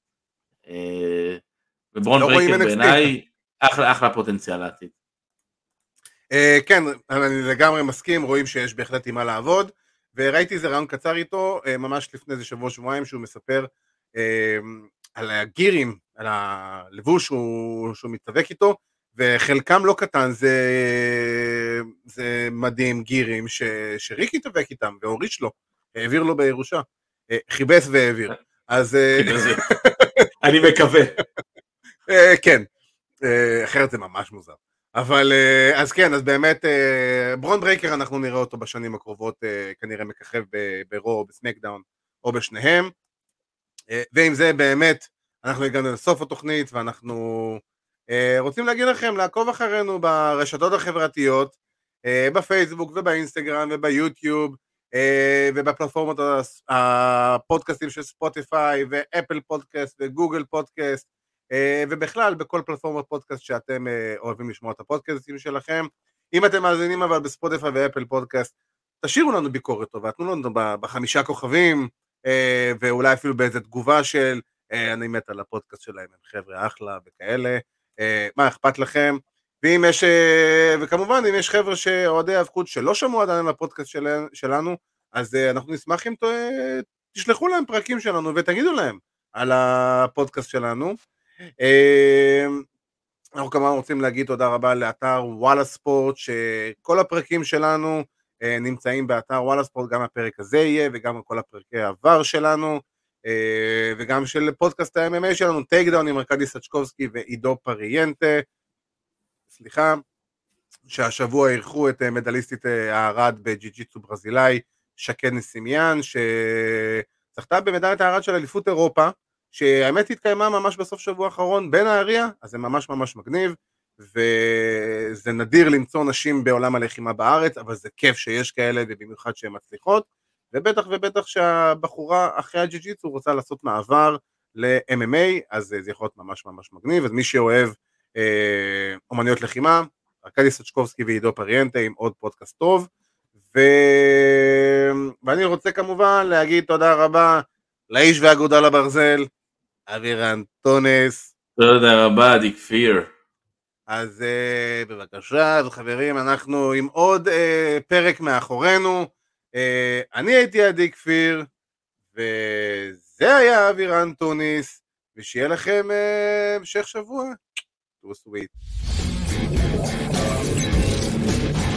וברון ברייקר בעיניי, אחלה פוטנציאל לעתיד. כן, אני לגמרי מסכים, רואים שיש בהחלט עם מה לעבוד, וראיתי איזה רעיון קצר איתו, ממש לפני איזה שבוע-שבועיים, שהוא מספר על הגירים, על הלבוש שהוא מתאבק איתו, וחלקם לא קטן, זה מדהים גירים שריק התאבק איתם, והוריש לו, העביר לו בירושה, חיבס והעביר. אז... אני מקווה. כן, אחרת זה ממש מוזר. אבל, אז כן, אז באמת, ברון ברייקר אנחנו נראה אותו בשנים הקרובות, כנראה מככב ברו, בסמקדאון, או בשניהם, ועם זה באמת, אנחנו הגענו לסוף התוכנית, ואנחנו רוצים להגיד לכם לעקוב אחרינו ברשתות החברתיות, בפייסבוק ובאינסטגרם וביוטיוב, ובפלטפורמות הפודקאסטים של ספוטיפיי ואפל פודקאסט וגוגל פודקאסט, ובכלל בכל פלטפורמות פודקאסט שאתם אוהבים לשמוע את הפודקאסטים שלכם. אם אתם מאזינים אבל בספוטיפיי ואפל פודקאסט, תשאירו לנו ביקורת טובה, תנו לנו ב5 כוכבים, ואולי אפילו באיזה תגובה של אני מת על הפודקאסט שלהם, הם חבר'ה אחלה וכאלה, מה אכפת לכם? ואם יש, וכמובן אם יש חבר'ה שאוהדי ההפכות שלא שמעו עדיין לפודקאסט שלנו, אז אנחנו נשמח אם תשלחו להם פרקים שלנו ותגידו להם על הפודקאסט שלנו. אנחנו כמובן רוצים להגיד תודה רבה לאתר וואלה ספורט, שכל הפרקים שלנו נמצאים באתר וואלה ספורט, גם הפרק הזה יהיה וגם כל הפרקי העבר שלנו, וגם של פודקאסט ה-MMA שלנו, טייקדאון עם ארקדי סצ'קובסקי ועידו פריינטה, סליחה, שהשבוע אירחו את מדליסטית הארד בג'י-ג'יצו ברזילאי, שקד נסימיאן, שזכתה במדליית הארד של אליפות אירופה, שהאמת התקיימה ממש בסוף שבוע האחרון בנהריה, אז זה ממש ממש מגניב, וזה נדיר למצוא נשים בעולם הלחימה בארץ, אבל זה כיף שיש כאלה, ובמיוחד שהן מצליחות, ובטח שהבחורה אחרי הג'י-ג'יצו רוצה לעשות מעבר ל-MMA, אז זה יכול להיות ממש ממש מגניב, אז מי שאוהב אומניות לחימה, ארקדי סצ'קובסקי ועידו פריאנטה עם עוד פודקאסט טוב, ואני רוצה כמובן להגיד תודה רבה לאיש והאגודה לברזל, אבירן טונס. תודה רבה, די כפיר. אז בבקשה, חברים, אנחנו עם עוד פרק מאחורינו. אני הייתי עדי כפיר, וזה היה אבירן טוניס, ושיהיה לכם המשך שבוע. תהיו סוויט.